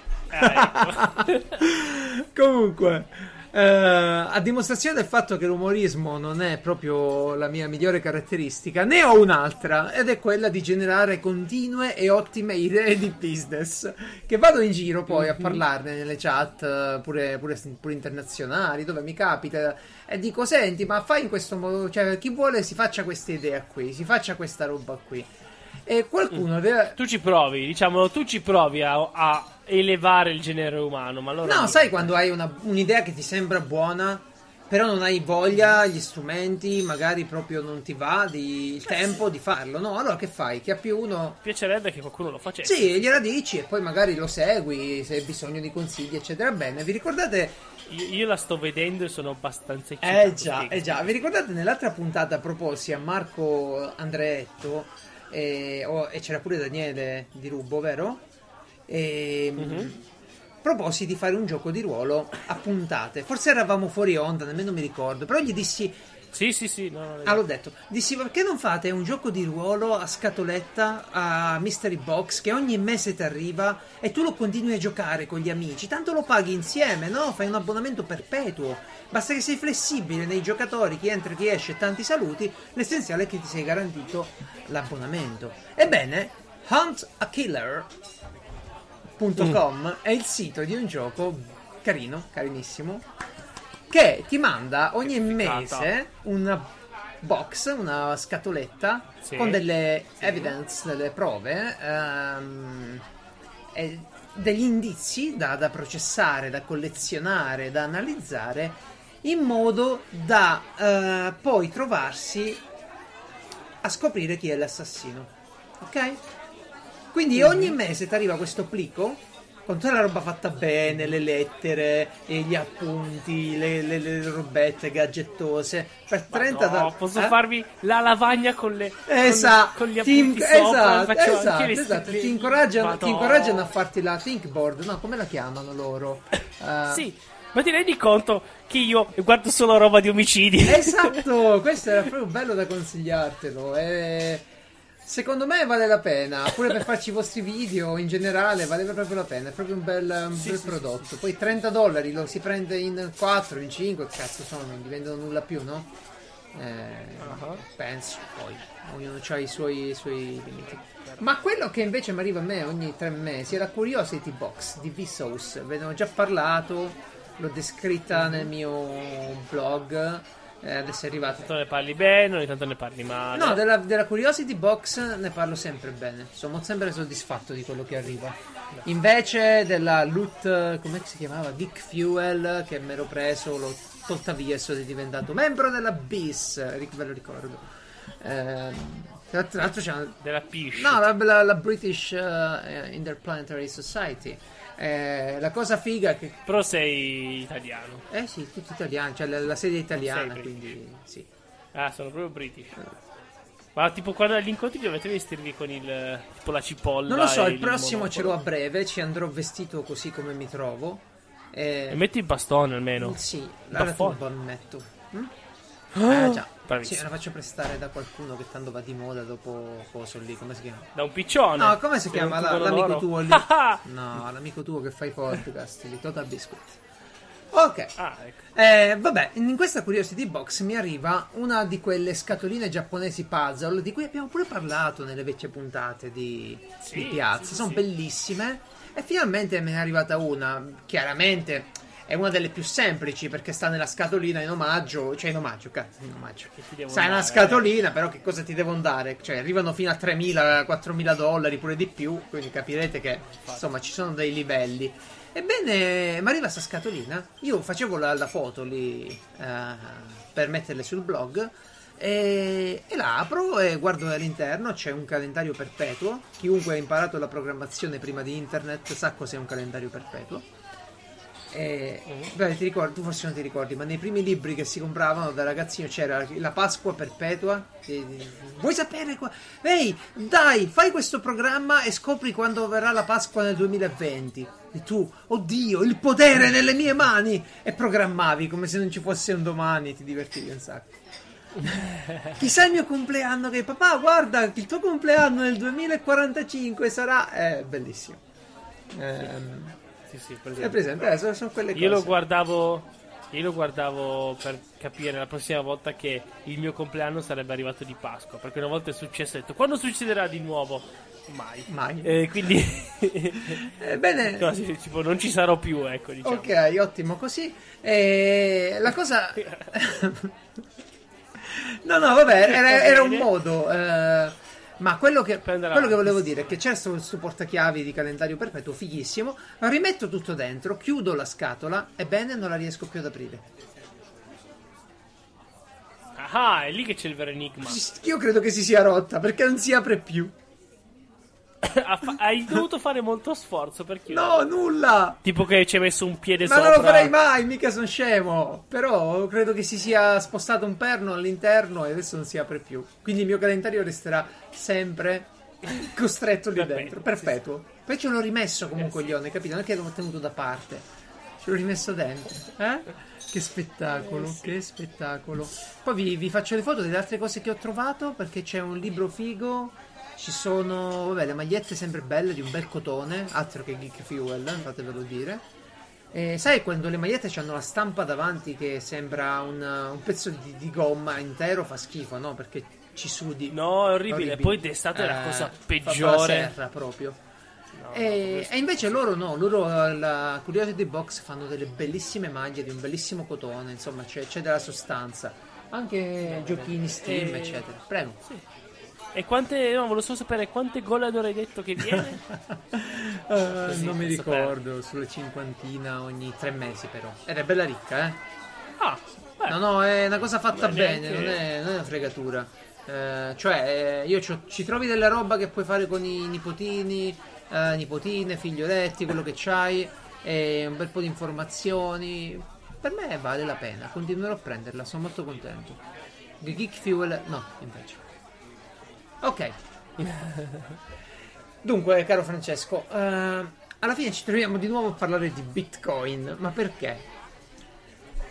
Speaker 2: Ah, ecco.
Speaker 1: Comunque, eh, a dimostrazione del fatto che l'umorismo non è proprio la mia migliore caratteristica, ne ho un'altra, ed è quella di generare continue e ottime idee di business, che vado in giro poi mm-hmm. a parlarne nelle chat pure, pure, pure internazionali, dove mi capita, e dico, senti, ma fai in questo modo, cioè chi vuole si faccia questa idea qui, si faccia questa roba qui. E qualcuno aveva...
Speaker 2: Tu ci provi, diciamolo, tu ci provi a, a elevare il genere umano, ma allora...
Speaker 1: No, sai quando hai una, un'idea che ti sembra buona, però non hai voglia, gli strumenti, magari proprio non ti va, di, il tempo di farlo, no? Allora che fai? Che più uno...
Speaker 2: Piacerebbe che qualcuno lo facesse.
Speaker 1: Sì, gliela dici e poi magari lo segui, se hai bisogno di consigli, eccetera. Bene, vi ricordate...
Speaker 2: Io, io la sto vedendo e sono abbastanza eccitato.
Speaker 1: Eh già, eh già. Vi ricordate nell'altra puntata proposi a Marco Andreetto e, oh, e c'era pure Daniele Di Rubbo, vero? E, mm-hmm. proposi di fare un gioco di ruolo a puntate. Forse eravamo fuori onda, nemmeno mi ricordo. Però gli dissi...
Speaker 2: Sì, sì, sì. No, no,
Speaker 1: ah, l'ho detto. Dissi, perché non fate un gioco di ruolo a scatoletta, a Mystery Box, che ogni mese ti arriva e tu lo continui a giocare con gli amici. Tanto lo paghi insieme, no? Fai un abbonamento perpetuo. Basta che sei flessibile nei giocatori, chi entra, chi esce, tanti saluti. L'essenziale è che ti sei garantito l'abbonamento. Ebbene, hunt a killer punto com mm. è il sito di un gioco carino, carinissimo, che ti manda ogni mese una box, una scatoletta, sì, con delle sì. evidence, delle prove, um, e degli indizi da, da processare, da collezionare, da analizzare, in modo da uh, poi trovarsi a scoprire chi è l'assassino. Ok? Quindi mm-hmm. ogni mese ti arriva questo plico con tutta la roba fatta bene, le lettere, e gli appunti, le, le, le robette gadgettose. Per trenta
Speaker 2: no,
Speaker 1: da...
Speaker 2: posso
Speaker 1: eh?
Speaker 2: farvi la lavagna con le
Speaker 1: esatto,
Speaker 2: con, le, con gli
Speaker 1: ti,
Speaker 2: appunti sopra,
Speaker 1: esatto, esatto, esatto. Ti, incoraggiano, ti incoraggiano a farti la think board, no, come la chiamano loro? Uh,
Speaker 2: sì, Ma ti rendi conto che io guardo solo roba di omicidi?
Speaker 1: Esatto, questo era proprio bello da consigliartelo. E secondo me vale la pena, pure per farci i vostri video in generale, vale proprio la pena. È proprio un bel, un
Speaker 2: Sì,
Speaker 1: bel
Speaker 2: sì,
Speaker 1: prodotto.
Speaker 2: sì, sì.
Speaker 1: Poi trenta dollari lo si prende in quattro, in cinque, cazzo sono, non diventano nulla più, no? Eh,
Speaker 2: Uh-huh.
Speaker 1: Penso, poi ognuno ha i suoi, i suoi limiti. Ma quello che invece mi arriva a me ogni tre mesi è la Curiosity Box di Vsauce. Ve ne ho già parlato, l'ho descritta nel mio blog. Eh, adesso è arrivata.
Speaker 2: Ogni tanto ne parli bene, ogni tanto ne parli male.
Speaker 1: No, della, della Curiosity Box ne parlo sempre bene. Sono sempre soddisfatto di quello che arriva. Invece della Loot, come si chiamava? Geek Fuel, che mi ero preso, l'ho tolta via e sono diventato membro della B I S. Ve lo ricordo. Ehm, tra l'altro c'è una...
Speaker 2: Della Pish.
Speaker 1: No, la, la, la British uh, Interplanetary Society. Eh, la cosa figa è che...
Speaker 2: Però sei italiano.
Speaker 1: Eh sì, tutti italiani, cioè la, la sede italiana,
Speaker 2: Sei
Speaker 1: quindi sì.
Speaker 2: Ah, sono proprio British. Ma tipo quando agli incontri dovete vestirvi con il tipo la cipolla.
Speaker 1: Non lo so,
Speaker 2: e
Speaker 1: il prossimo ce l'ho a
Speaker 2: monocolo.
Speaker 1: breve, ci andrò vestito così come mi trovo.
Speaker 2: E
Speaker 1: Eh,
Speaker 2: metti il bastone almeno.
Speaker 1: sì, la
Speaker 2: baffone.
Speaker 1: turbo metto. Mm? Eh già,
Speaker 2: Bravissimo.
Speaker 1: sì, me la faccio prestare da qualcuno che tanto va di moda dopo coso lì, come si chiama?
Speaker 2: Da un piccione.
Speaker 1: No, come si
Speaker 2: Se
Speaker 1: chiama
Speaker 2: non
Speaker 1: la-
Speaker 2: cubano
Speaker 1: l'amico
Speaker 2: d'oro.
Speaker 1: tuo lì?
Speaker 2: Ah,
Speaker 1: No, l'amico tuo che fa i podcast lì, Total Biscuit. Ok.
Speaker 2: ah, ecco.
Speaker 1: Eh, vabbè, in questa Curiosity Box mi arriva una di quelle scatoline giapponesi puzzle di cui abbiamo pure parlato nelle vecchie puntate di,
Speaker 2: Sì,
Speaker 1: di Piazza.
Speaker 2: sì,
Speaker 1: Sono
Speaker 2: sì.
Speaker 1: bellissime. E finalmente me ne è arrivata una. Chiaramente è una delle più semplici perché sta nella scatolina in omaggio. Cioè, in omaggio, cazzo, in omaggio.
Speaker 2: Che ti devo
Speaker 1: Sta in una
Speaker 2: dare,
Speaker 1: scatolina, però che cosa ti devono dare? Cioè, arrivano fino a tremila, quattromila dollari, pure di più. Quindi capirete che insomma ci sono dei livelli. Ebbene, mi arriva sta scatolina. Io facevo la, la foto lì eh, per metterle sul blog. E, e la apro e guardo all'interno. C'è un calendario perpetuo. Chiunque ha imparato la programmazione prima di internet sa cos'è un calendario perpetuo. E, beh, ti ricordi, tu forse non ti ricordi, ma nei primi libri che si compravano da ragazzino c'era la Pasqua perpetua. E- vuoi sapere qua? Ehi, dai, fai questo programma e scopri quando verrà la Pasqua nel duemilaventi. E tu, oddio, il potere nelle mie mani! E programmavi come se non ci fosse un domani, ti divertivi un sacco. Chissà il mio compleanno, che papà, guarda, il tuo compleanno nel duemilaquarantacinque sarà... È bellissimo. Ehm,
Speaker 2: Sì, sì, per
Speaker 1: è
Speaker 2: esempio.
Speaker 1: presente? Eh, sono, sono quelle cose.
Speaker 2: Io lo guardavo. Io lo guardavo per capire la prossima volta che il mio compleanno sarebbe arrivato di Pasqua. Perché una volta è successo, ho detto quando succederà di nuovo? Mai.
Speaker 1: Mai.
Speaker 2: Eh, quindi.
Speaker 1: Ebbene,
Speaker 2: No, sì, tipo, non ci sarò più, ecco, diciamo.
Speaker 1: ok, ottimo così. E la cosa... no, no, vabbè, era, era un modo. eh, ma quello che,
Speaker 2: Per andare
Speaker 1: quello che
Speaker 2: avanti.
Speaker 1: volevo dire è che c'è questo portachiavi di calendario perpetuo fighissimo. Rimetto tutto dentro, chiudo la scatola, ebbene non la riesco più ad aprire.
Speaker 2: Ah, è lì che c'è il vero enigma.
Speaker 1: Io credo che si sia rotta perché non si apre più.
Speaker 2: Ha fa- Hai dovuto fare molto sforzo per chiudere.
Speaker 1: No, nulla.
Speaker 2: Tipo che ci hai messo un piede
Speaker 1: Ma
Speaker 2: sopra.
Speaker 1: non lo farei mai, mica sono scemo. Però credo che si sia spostato un perno all'interno e adesso non si apre più. Quindi il mio calendario resterà sempre costretto lì
Speaker 2: Perpetuo,
Speaker 1: dentro, perpetuo. Poi ce l'ho rimesso come un
Speaker 2: Eh sì.
Speaker 1: coglione, capito? Non è che l'ho tenuto da parte. Ce l'ho rimesso dentro. Eh? Che spettacolo,
Speaker 2: Eh sì.
Speaker 1: che spettacolo. Poi vi, vi faccio le foto delle altre cose che ho trovato perché c'è un libro figo. Ci sono, vabbè, le magliette sempre belle di un bel cotone, altro che Geek Fuel, fatevelo dire. E sai quando le magliette hanno la stampa davanti che sembra un, un pezzo di, di gomma intero, fa schifo, no? Perché ci sudi.
Speaker 2: No, è orribile. Poi d'estate è la
Speaker 1: Eh,
Speaker 2: cosa
Speaker 1: fa- fa
Speaker 2: peggiore.
Speaker 1: la serra proprio.
Speaker 2: No,
Speaker 1: E,
Speaker 2: no,
Speaker 1: e invece loro no, loro alla Curiosity Box fanno delle bellissime maglie di un bellissimo cotone, insomma c'è, c'è della sostanza. Anche giochini Steam,
Speaker 2: E-
Speaker 1: eccetera. Prego.
Speaker 2: E quante. No, volevo solo sapere quante Golador hai detto che viene?
Speaker 1: Eh,
Speaker 2: Così,
Speaker 1: non mi
Speaker 2: per sapere.
Speaker 1: ricordo, sulle cinquantina ogni tre mesi però. Ed è bella ricca, eh.
Speaker 2: Ah, beh.
Speaker 1: No, no, è una cosa fatta
Speaker 2: Beh,
Speaker 1: bene,
Speaker 2: neanche-
Speaker 1: non è, non è una fregatura. Eh, cioè, eh, io c'ho- ci trovi della roba che puoi fare con i nipotini, eh, nipotine, figlioletti, quello che c'hai, e un bel po' di informazioni. Per me vale la pena, continuerò a prenderla, sono molto contento. The Geek Fuel, no, invece. Ok. Dunque, caro Francesco, eh, alla fine ci troviamo di nuovo a parlare di Bitcoin, ma perché?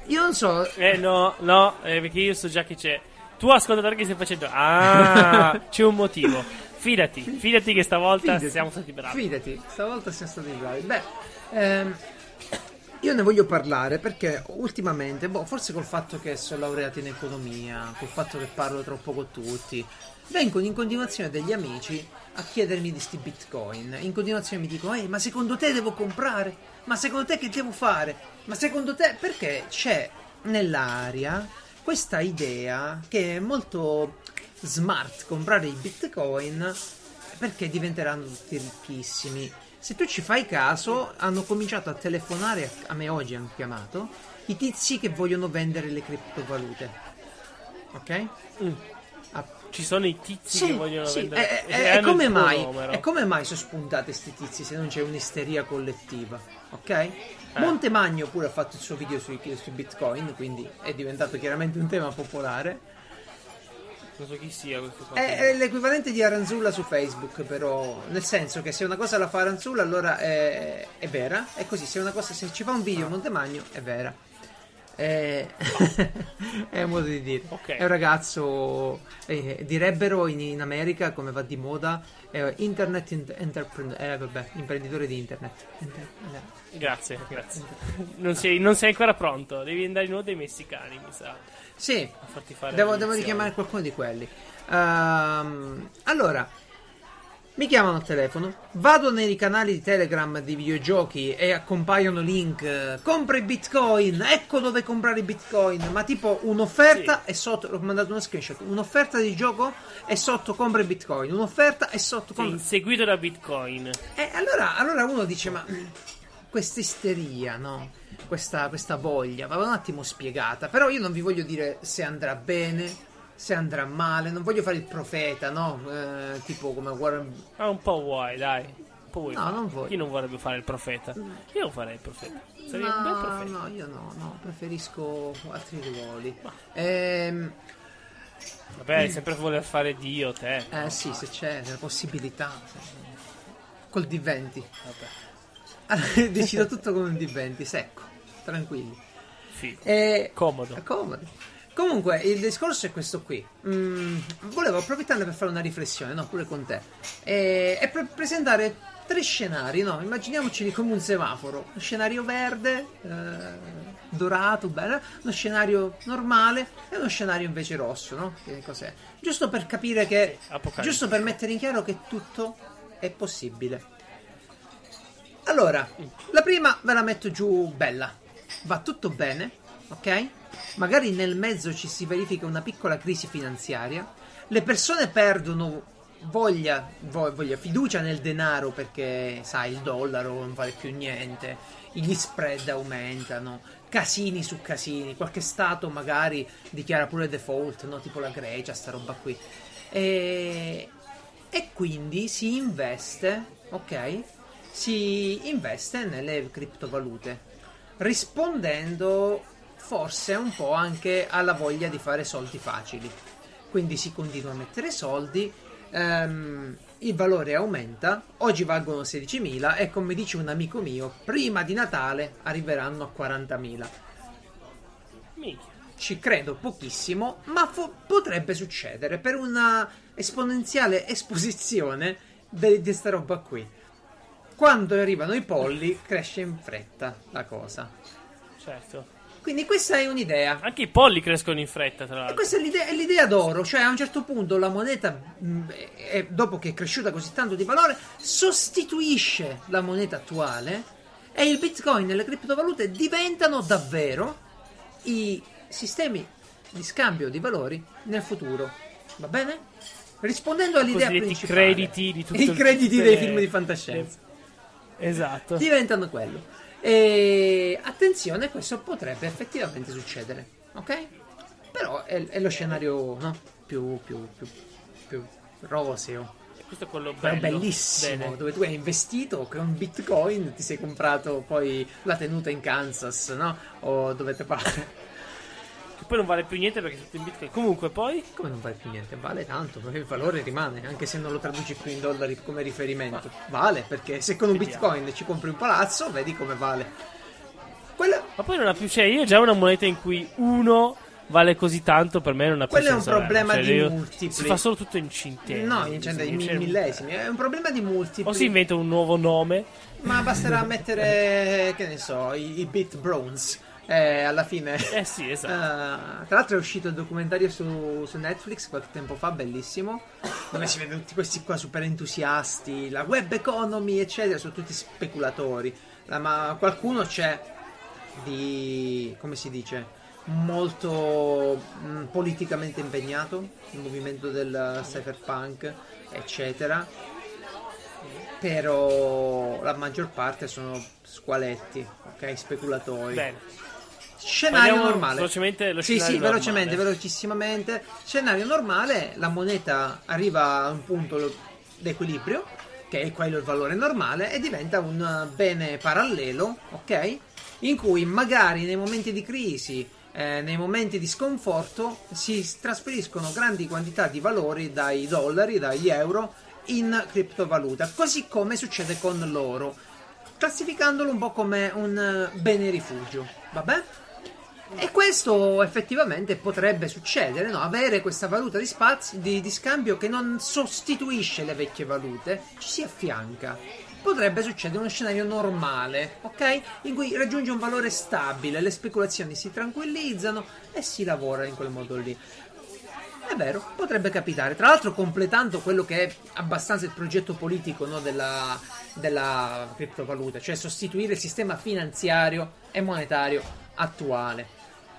Speaker 1: io non so.
Speaker 2: Eh no, no, eh, perché io so già che c'è. Tu ascoltatore che stai facendo. Ah, c'è un motivo. Fidati, fidati che stavolta
Speaker 1: Fidati,
Speaker 2: siamo stati bravi.
Speaker 1: Fidati, stavolta siamo stati bravi. Beh, ehm, io ne voglio parlare perché ultimamente, boh, forse col fatto che sono laureato in economia, col fatto che parlo troppo con tutti, vengono in continuazione degli amici a chiedermi di sti bitcoin. In continuazione mi dicono: ehi, ma secondo te devo comprare? Ma secondo te che devo fare? Ma secondo te? Perché c'è nell'aria questa idea che è molto smart comprare i bitcoin perché diventeranno tutti ricchissimi. Se tu ci fai caso, hanno cominciato a telefonare, a me oggi hanno chiamato, i tizi che vogliono vendere le criptovalute. Ok?
Speaker 2: Mm.
Speaker 1: Ah.
Speaker 2: Ci sono i tizi
Speaker 1: Sì,
Speaker 2: che vogliono
Speaker 1: sì.
Speaker 2: vendere.
Speaker 1: E, e, e, come mai,
Speaker 2: numero.
Speaker 1: e come mai sono spuntati sti tizi se non c'è un'isteria collettiva? Ok? Eh.
Speaker 2: Eh.
Speaker 1: Montemagno pure ha fatto il suo video sui, sui bitcoin, quindi è diventato chiaramente un tema popolare.
Speaker 2: Non so chi sia questo qua.
Speaker 1: È, è l'equivalente di Aranzulla su Facebook, però nel senso che se una cosa la fa Aranzulla allora è, è vera, e così se una cosa, se ci fa un video Montemagno è vera. È, è un modo di dire.
Speaker 2: Okay.
Speaker 1: È un ragazzo, eh, direbbero in, in America, come va di moda, eh, internet in, entrepreneur, eh, vabbè, imprenditore di internet. Inter, eh.
Speaker 2: Grazie, grazie. Non sei, non sei ancora pronto, devi andare in uno dei messicani, mi sa.
Speaker 1: Sì,
Speaker 2: A farti fare
Speaker 1: devo,
Speaker 2: la
Speaker 1: devo
Speaker 2: lezione.
Speaker 1: richiamare qualcuno di quelli. Um, allora, mi chiamano al telefono, vado nei canali di Telegram di videogiochi e compaiono link, eh, compra i bitcoin, ecco dove comprare i bitcoin, ma tipo un'offerta
Speaker 2: Sì.
Speaker 1: e sotto, ho mandato uno screenshot, un'offerta di gioco e sotto compra i bitcoin, un'offerta e sotto
Speaker 2: Sei
Speaker 1: compra...
Speaker 2: inseguito da Bitcoin.
Speaker 1: E allora, allora uno dice, ma questa isteria, no? Questa, questa voglia, va un attimo spiegata, però io non vi voglio dire se andrà bene, se andrà male, non voglio fare il profeta, no? Eh, tipo come Warren...
Speaker 2: Ah, un po' vuoi, dai. Un po' vuoi
Speaker 1: No,
Speaker 2: fare.
Speaker 1: non voglio.
Speaker 2: Chi non vorrebbe fare il profeta? Io non farei il profeta. Sarei
Speaker 1: no,
Speaker 2: un bel profeta.
Speaker 1: no, io no, no, preferisco altri ruoli. Ehm,
Speaker 2: Vabbè, è sempre voler fare Dio, te.
Speaker 1: eh sì, se c'è la possibilità. Col D venti.
Speaker 2: Vabbè.
Speaker 1: Decido tutto con un D venti, secco, tranquilli.
Speaker 2: Figo.
Speaker 1: E...
Speaker 2: Comodo.
Speaker 1: Comodo. Comunque, il discorso è questo qui. Mm, volevo approfittarne per fare una riflessione, no? Pure con te. E, e per presentare tre scenari, no? Immaginiamoceli come un semaforo. Uno scenario verde, eh, dorato, bello. Uno scenario normale e uno scenario invece rosso, no? Che cos'è? Giusto per capire che...
Speaker 2: Apocalittico.
Speaker 1: Giusto per mettere in chiaro che tutto è possibile. Allora, la prima ve la metto giù bella. Va tutto bene, ok? Magari nel mezzo ci si verifica una piccola crisi finanziaria, le persone perdono voglia, voglia, fiducia nel denaro perché, sai, il dollaro non vale più niente, gli spread aumentano, casini su casini, qualche stato magari dichiara pure default, no? Tipo la Grecia, sta roba qui. E, e quindi si investe, ok? Si investe nelle criptovalute, rispondendo forse un po' anche alla voglia di fare soldi facili. Quindi si continua a mettere soldi, ehm, il valore aumenta, oggi valgono sedicimila e come dice un amico mio, prima di Natale arriveranno a quarantamila.
Speaker 2: Minchia.
Speaker 1: Ci credo pochissimo, ma fo- potrebbe succedere per una esponenziale esposizione de- di sta roba qui. Quando arrivano i polli cresce in fretta la cosa.
Speaker 2: Certo.
Speaker 1: Quindi questa è un'idea.
Speaker 2: Anche i polli crescono in fretta, tra
Speaker 1: E
Speaker 2: l'altro.
Speaker 1: questa è l'idea, è l'idea d'oro. Cioè a un certo punto la moneta, mh, è- dopo che è cresciuta così tanto di valore, sostituisce la moneta attuale e il bitcoin e le criptovalute diventano davvero i sistemi di scambio di valori nel futuro. Va bene? Rispondendo all'idea
Speaker 2: Cosiddetti
Speaker 1: principale.
Speaker 2: crediti di tutto
Speaker 1: I
Speaker 2: il-
Speaker 1: crediti
Speaker 2: tutte
Speaker 1: dei
Speaker 2: le-
Speaker 1: film di fantascienza.
Speaker 2: Esatto.
Speaker 1: Diventano quello. E attenzione, questo potrebbe effettivamente succedere, ok? Però è, è lo scenario, no? più, più, più, più roseo.
Speaker 2: Questo è quello
Speaker 1: Però
Speaker 2: bello.
Speaker 1: bellissimo,
Speaker 2: Bene.
Speaker 1: dove tu hai investito con Bitcoin, ti sei comprato poi la tenuta in Kansas, no? O dove te pare.
Speaker 2: Che poi non vale più niente perché è tutto in Bitcoin. Comunque poi...
Speaker 1: Come non vale più niente? Vale tanto, perché il valore rimane, anche se non lo traduci più in dollari come riferimento. Vale, perché se con un
Speaker 2: Vediamo.
Speaker 1: Bitcoin ci compri un palazzo, vedi come vale. Quella...
Speaker 2: Ma poi non ha più, cioè io già una moneta in cui uno vale così tanto, per me non ha più
Speaker 1: Quello
Speaker 2: senso.
Speaker 1: è un problema
Speaker 2: cioè,
Speaker 1: di
Speaker 2: io,
Speaker 1: multipli.
Speaker 2: Si fa solo tutto in centesimi.
Speaker 1: No, in, cent- in
Speaker 2: cioè,
Speaker 1: millesimi. È un problema di multipli.
Speaker 2: O si inventa un nuovo nome.
Speaker 1: Ma basterà mettere, che ne so, i, i bit bronze. Eh, alla fine.
Speaker 2: Eh sì, esatto.
Speaker 1: Uh, tra l'altro è uscito il documentario su, su Netflix qualche tempo fa, bellissimo, dove si vede tutti questi qua super entusiasti, la web economy, eccetera, sono tutti speculatori. La, ma qualcuno c'è di, come si dice, molto mh, politicamente impegnato, il movimento del cyberpunk, eccetera. Però la maggior parte sono squaletti, ok? Speculatori.
Speaker 2: Bene.
Speaker 1: Scenario
Speaker 2: Parliamo
Speaker 1: normale.
Speaker 2: Velocemente lo
Speaker 1: sì,
Speaker 2: scenario
Speaker 1: sì, velocemente,
Speaker 2: normale.
Speaker 1: velocissimamente. Scenario normale, la moneta arriva a un punto d'equilibrio, che è quello il valore normale, e diventa un bene parallelo, ok? In cui magari nei momenti di crisi, eh, nei momenti di sconforto, si trasferiscono grandi quantità di valori dai dollari, dagli euro, in criptovaluta, così come succede con l'oro, classificandolo un po' come un bene rifugio, vabbè? E questo effettivamente potrebbe succedere, no? Avere questa valuta di, spazio, di, di scambio che non sostituisce le vecchie valute, ci si affianca. Potrebbe succedere uno scenario normale, ok? In cui raggiunge un valore stabile, le speculazioni si tranquillizzano e si lavora in quel modo lì. È vero, potrebbe capitare. Tra l'altro completando quello che è abbastanza il progetto politico, no, della, della criptovaluta, cioè sostituire il sistema finanziario e monetario attuale.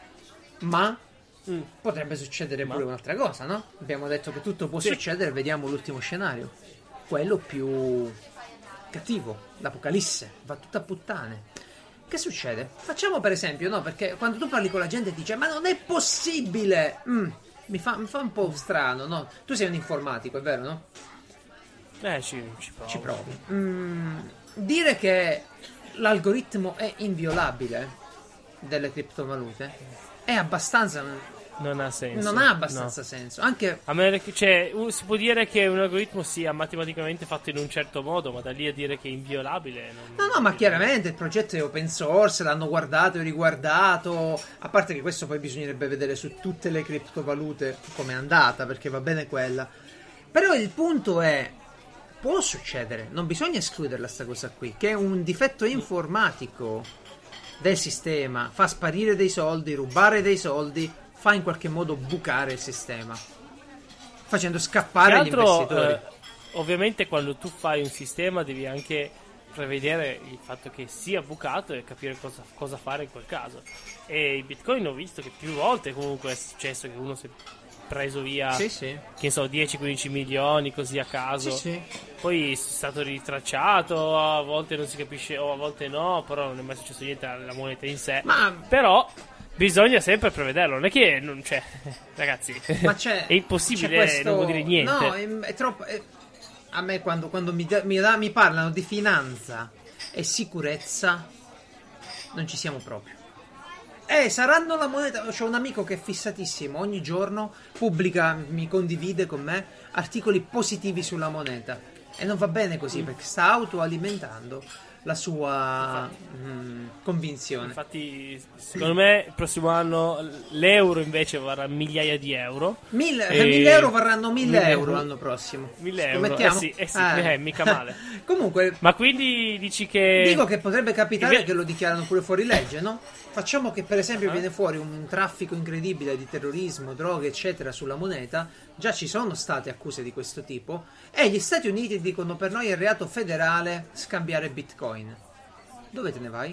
Speaker 1: Ma mm. potrebbe succedere pure Ma. un'altra cosa, no? Abbiamo detto che tutto può sì. succedere, vediamo l'ultimo scenario. Quello più cattivo, l'apocalisse, va tutta a puttane. Che succede? Facciamo per esempio, no? Perché quando tu parli con la gente ti dice ma non è possibile! Mm. Mi fa, mi fa un po' strano, no? Tu sei un informatico, è vero, no?
Speaker 2: Eh, ci, ci provi.
Speaker 1: Ci provi. Mm, dire che l'algoritmo è inviolabile delle criptovalute è abbastanza...
Speaker 2: Non ha senso.
Speaker 1: Non ha abbastanza
Speaker 2: no.
Speaker 1: senso. Anche...
Speaker 2: A meno che, cioè, si può dire che un algoritmo sia matematicamente fatto in un certo modo, ma da lì a dire che è inviolabile... Non,
Speaker 1: no, no, ma chiaramente il progetto è open source, l'hanno guardato e riguardato. A parte che questo poi bisognerebbe vedere su tutte le criptovalute come è andata, perché va bene quella. Però il punto è... Può succedere, non bisogna escluderla sta cosa qui, che un difetto informatico del sistema fa sparire dei soldi, rubare dei soldi, fa in qualche modo bucare il sistema, facendo scappare
Speaker 2: altro,
Speaker 1: gli investitori.
Speaker 2: Eh, ovviamente quando tu fai un sistema devi anche prevedere il fatto che sia bucato e capire cosa, cosa fare in quel caso. E i Bitcoin ho visto che più volte comunque è successo che uno si è preso via,
Speaker 1: sì, sì.
Speaker 2: che ne so, dieci quindici milioni così a caso,
Speaker 1: sì, sì.
Speaker 2: Poi è stato ritracciato, a volte non si capisce o a volte no, però non è mai successo niente alla moneta in sé.
Speaker 1: Ma...
Speaker 2: però bisogna sempre prevederlo, non è che non c'è, ragazzi,
Speaker 1: ma c'è,
Speaker 2: è impossibile,
Speaker 1: c'è questo...
Speaker 2: non vuol dire niente.
Speaker 1: No, è, è troppo... È... A me quando, quando mi, da, mi, da, mi parlano di finanza e sicurezza non ci siamo proprio. Eh, saranno la moneta... C'ho un amico che è fissatissimo, ogni giorno pubblica, mi condivide con me articoli positivi sulla moneta. E non va bene così, mm. perché sta autoalimentando la sua mh, convinzione.
Speaker 2: Infatti, secondo me il prossimo anno l'euro invece varrà migliaia di euro.
Speaker 1: Mille,
Speaker 2: e...
Speaker 1: mille euro varranno mille, mille euro,
Speaker 2: euro
Speaker 1: l'anno prossimo.
Speaker 2: Mille euro, eh sì, eh sì eh. Eh, mica male.
Speaker 1: Comunque,
Speaker 2: ma quindi dici che...
Speaker 1: dico che potrebbe capitare
Speaker 2: Inve...
Speaker 1: che lo dichiarano pure fuori legge, no? Facciamo che per esempio
Speaker 2: uh-huh.
Speaker 1: viene fuori un traffico incredibile di terrorismo, droghe eccetera sulla moneta. Già ci sono state accuse di questo tipo e gli Stati Uniti dicono per noi è reato federale scambiare bitcoin. Dove te ne vai?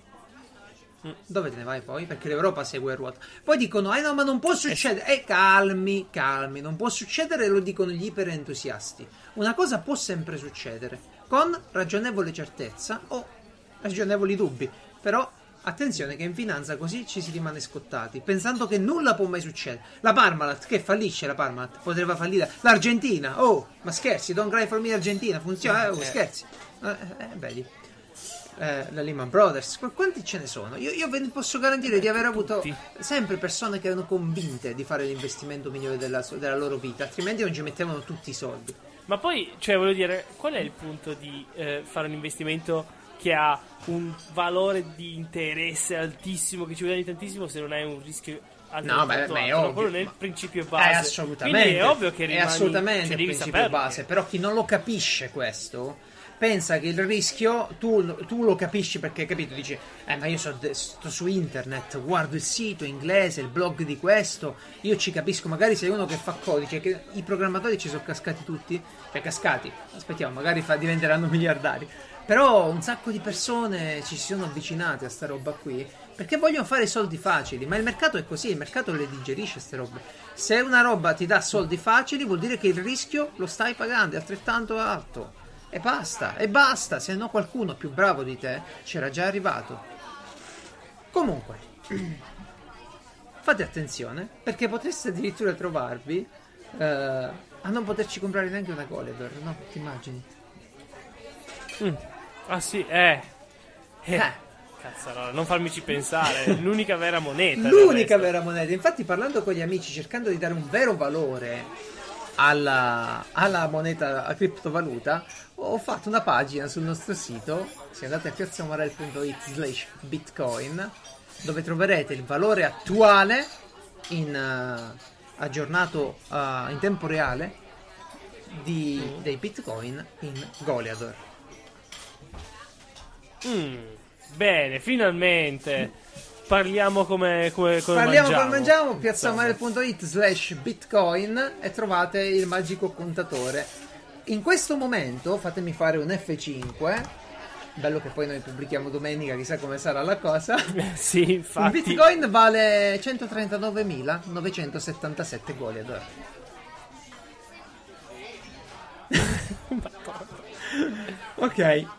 Speaker 1: Dove te ne vai poi? Perché l'Europa segue il ruota. Poi dicono eh no ma non può succedere. Eh calmi, calmi, non può succedere, lo dicono gli iperentusiasti. Una cosa può sempre succedere con ragionevole certezza o ragionevoli dubbi. Però attenzione che in finanza così ci si rimane scottati, pensando che nulla può mai succedere. La Parmalat, che fallisce la Parmalat, potrebbe fallire l'Argentina. Oh, ma scherzi, don't cry for me Argentina, funziona, eh, oh, scherzi. Eh, eh, vedi. Eh, la Lehman Brothers, Qu- quanti ce ne sono? Io, io ve ne posso garantire di aver avuto
Speaker 2: Tutti.
Speaker 1: sempre persone che erano convinte di fare l'investimento migliore della, della loro vita, altrimenti non ci mettevano tutti i soldi.
Speaker 2: Ma poi, cioè, voglio dire, qual è il punto di eh, fare un investimento che ha un valore di interesse altissimo, che ci guadagni tantissimo se non hai un rischio alto.
Speaker 1: No, beh, beh, è ovvio.
Speaker 2: Quello nel principio base.
Speaker 1: È assolutamente.
Speaker 2: Quindi è ovvio che rimani,
Speaker 1: è assolutamente
Speaker 2: cioè,
Speaker 1: il principio base.
Speaker 2: che...
Speaker 1: Però chi non lo capisce questo pensa che il rischio tu, tu lo capisci perché, capito, dici eh ma io so, sto su internet, guardo il sito inglese, il blog di questo, io ci capisco. Magari sei uno che fa codice, che i programmatori ci sono cascati tutti, cioè cascati, aspettiamo, magari fa, diventeranno miliardari. Però un sacco di persone ci si sono avvicinate a sta roba qui perché vogliono fare soldi facili. Ma il mercato è così, il mercato le digerisce ste robe. Se una roba ti dà soldi facili vuol dire che il rischio lo stai pagando, è altrettanto alto. E basta, e basta, se no qualcuno più bravo di te c'era già arrivato. Comunque, fate attenzione, perché potreste addirittura trovarvi eh, a non poterci comprare neanche una Goleador, no? Ti immagini?
Speaker 2: Mm. Ah sì, eh. eh.
Speaker 1: Eh.
Speaker 2: Cazzarola, non farmici pensare, l'unica vera moneta.
Speaker 1: L'unica vera moneta. Infatti, parlando con gli amici, cercando di dare un vero valore alla, alla moneta, a criptovaluta, ho fatto una pagina sul nostro sito, se andate a piazzaomarel punto it slash bitcoin, dove troverete il valore attuale in uh, aggiornato uh, in tempo reale di, mm. dei bitcoin in Goleador.
Speaker 2: Mm, bene, finalmente parliamo come, come, come
Speaker 1: parliamo
Speaker 2: mangiamo.
Speaker 1: come mangiamo. piazzaomarel punto it slash bitcoin e trovate il magico contatore. In questo momento fatemi fare un effe cinque. Bello che poi noi pubblichiamo domenica, chissà come sarà la cosa.
Speaker 2: Sì, infatti.
Speaker 1: Un bitcoin vale centotrentanovemilanovecentosessantasette Goleador. Ok.